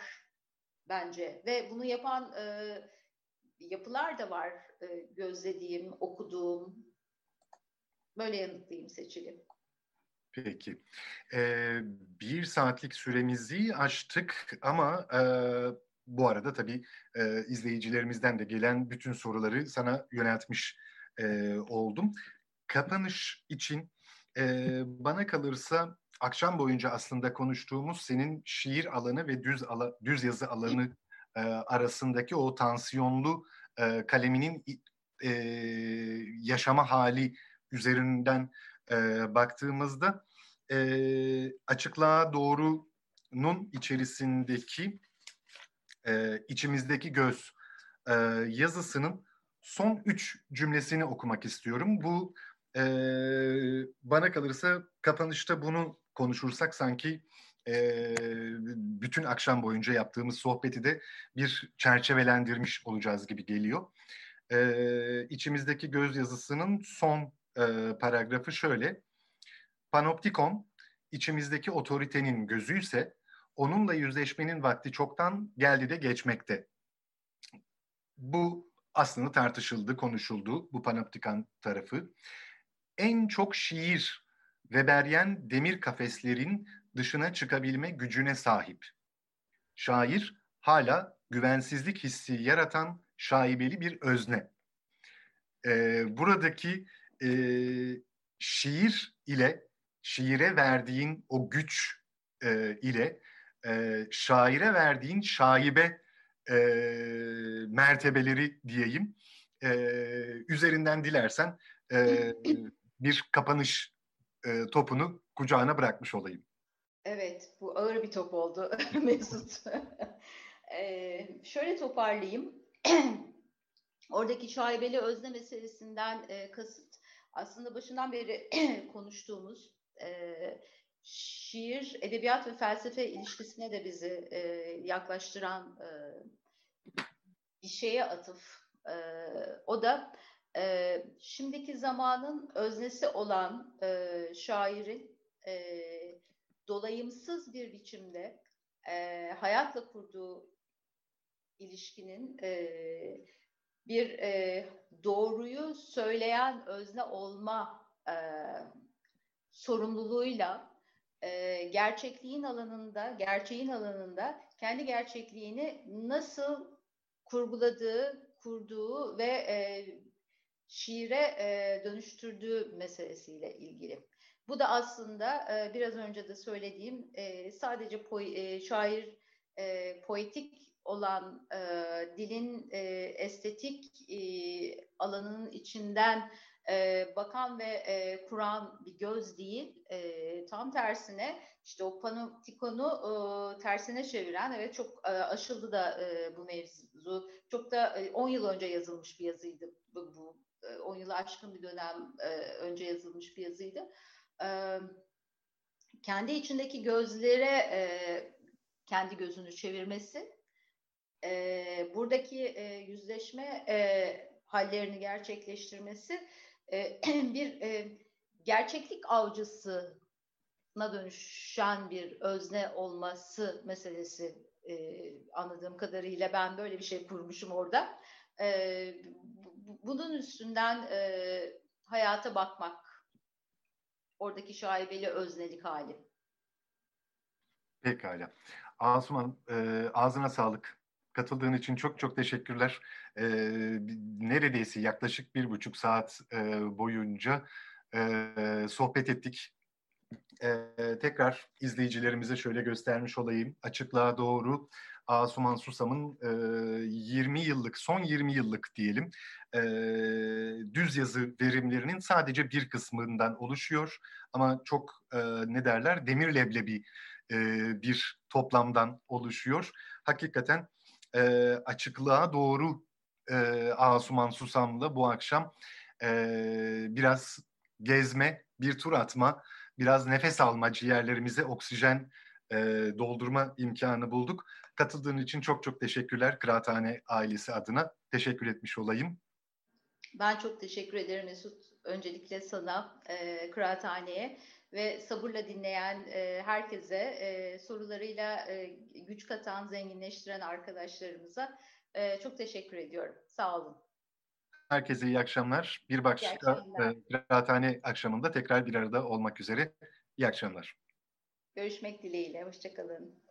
bence. Ve bunu yapan e, yapılar da var e, gözlediğim, okuduğum. Böyle yanıtlayayım Seçili. Peki. Ee, bir saatlik süremizi aştık ama e, bu arada tabii e, izleyicilerimizden de gelen bütün soruları sana yöneltmiş e, oldum. Kapanış için e, bana kalırsa akşam boyunca aslında konuştuğumuz senin şiir alanı ve düz ala, düz yazı alanı e, arasındaki o tansiyonlu e, kaleminin e, yaşama hali üzerinden e, baktığımızda e, açıklığa doğrunun içerisindeki e, içimizdeki göz e, yazısının son üç cümlesini okumak istiyorum. Bu e, bana kalırsa kapanışta bunu konuşursak sanki e, bütün akşam boyunca yaptığımız sohbeti de bir çerçevelendirmiş olacağız gibi geliyor. E, içimizdeki göz yazısının son e, paragrafı şöyle. Panoptikon, içimizdeki otoritenin gözüyse, onunla yüzleşmenin vakti çoktan geldi de geçmekte. Bu aslında tartışıldı, konuşuldu bu panoptikan tarafı. En çok şiir, Weberian demir kafeslerin dışına çıkabilme gücüne sahip. Şair hala güvensizlik hissi yaratan şaibeli bir özne. Ee, buradaki e, şiir ile şiire verdiğin o güç e, ile e, şaire verdiğin şaibe e, mertebeleri diyeyim e, üzerinden dilersen e, bir kapanış e, topunu kucağına bırakmış olayım. Evet, bu ağır bir top oldu Mesut. ee, şöyle toparlayayım. Oradaki şaibeli özne meselesinden e, kasıt aslında başından beri konuştuğumuz e, şiir, edebiyat ve felsefe ilişkisine de bizi e, yaklaştıran e, bir şeye atıf. E, o da e, şimdiki zamanın öznesi olan e, şairin e, dolayımsız bir biçimde e, hayatla kurduğu ilişkinin e, bir e, doğruyu söyleyen özne olma e, sorumluluğuyla e, gerçekliğin alanında, gerçeğin alanında kendi gerçekliğini nasıl kurguladığı, kurduğu ve e, şiire e, dönüştürdüğü meselesiyle ilgili. Bu da aslında e, biraz önce de söylediğim e, sadece po- e, şair e, poetik olan e, dilin e, estetik e, alanının içinden e, bakan ve e, kuran bir göz değil. E, tam tersine işte o panoptikonu e, tersine çeviren, evet çok e, aşıldı da e, bu mevzu. Çok da e, on yıl önce yazılmış bir yazıydı bu, bu on yılı aşkın bir dönem e, önce yazılmış bir yazıydı. E, kendi içindeki gözlere e, kendi gözünü çevirmesi, e, buradaki e, yüzleşme e, hallerini gerçekleştirmesi e, bir e, gerçeklik avcısına dönüşen bir özne olması meselesi e, anladığım kadarıyla ben böyle bir şey kurmuşum orada. E, bunun üstünden e, hayata bakmak, oradaki şaibeli öznelik hali. Pekala. Asuman, e, ağzına sağlık. Katıldığın için çok çok teşekkürler. E, neredeyse yaklaşık bir buçuk saat e, boyunca e, sohbet ettik. e, tekrar izleyicilerimize şöyle göstermiş olayım. Açıklığa Doğru, Asuman Susam'ın e, yirmi yıllık, son yirmi yıllık diyelim, e, düz yazı verimlerinin sadece bir kısmından oluşuyor. Ama çok e, ne derler, demir leblebi e, bir toplamdan oluşuyor. Hakikaten e, Açıklığa Doğru e, Asuman Susam'la bu akşam e, biraz gezme, bir tur atma, biraz nefes alma, ciğerlerimize oksijen e, doldurma imkanı bulduk. Katıldığın için çok çok teşekkürler. Kıraathane ailesi adına teşekkür etmiş olayım. Ben çok teşekkür ederim Mesut. Öncelikle sana, e, Kıraathane'ye ve sabırla dinleyen e, herkese, e, sorularıyla e, güç katan, zenginleştiren arkadaşlarımıza e, çok teşekkür ediyorum. Sağ olun. Herkese iyi akşamlar. Bir İyi başka akşamlar. e, Kıraathane akşamında tekrar bir arada olmak üzere. İyi akşamlar. Görüşmek dileğiyle. Hoşça kalın.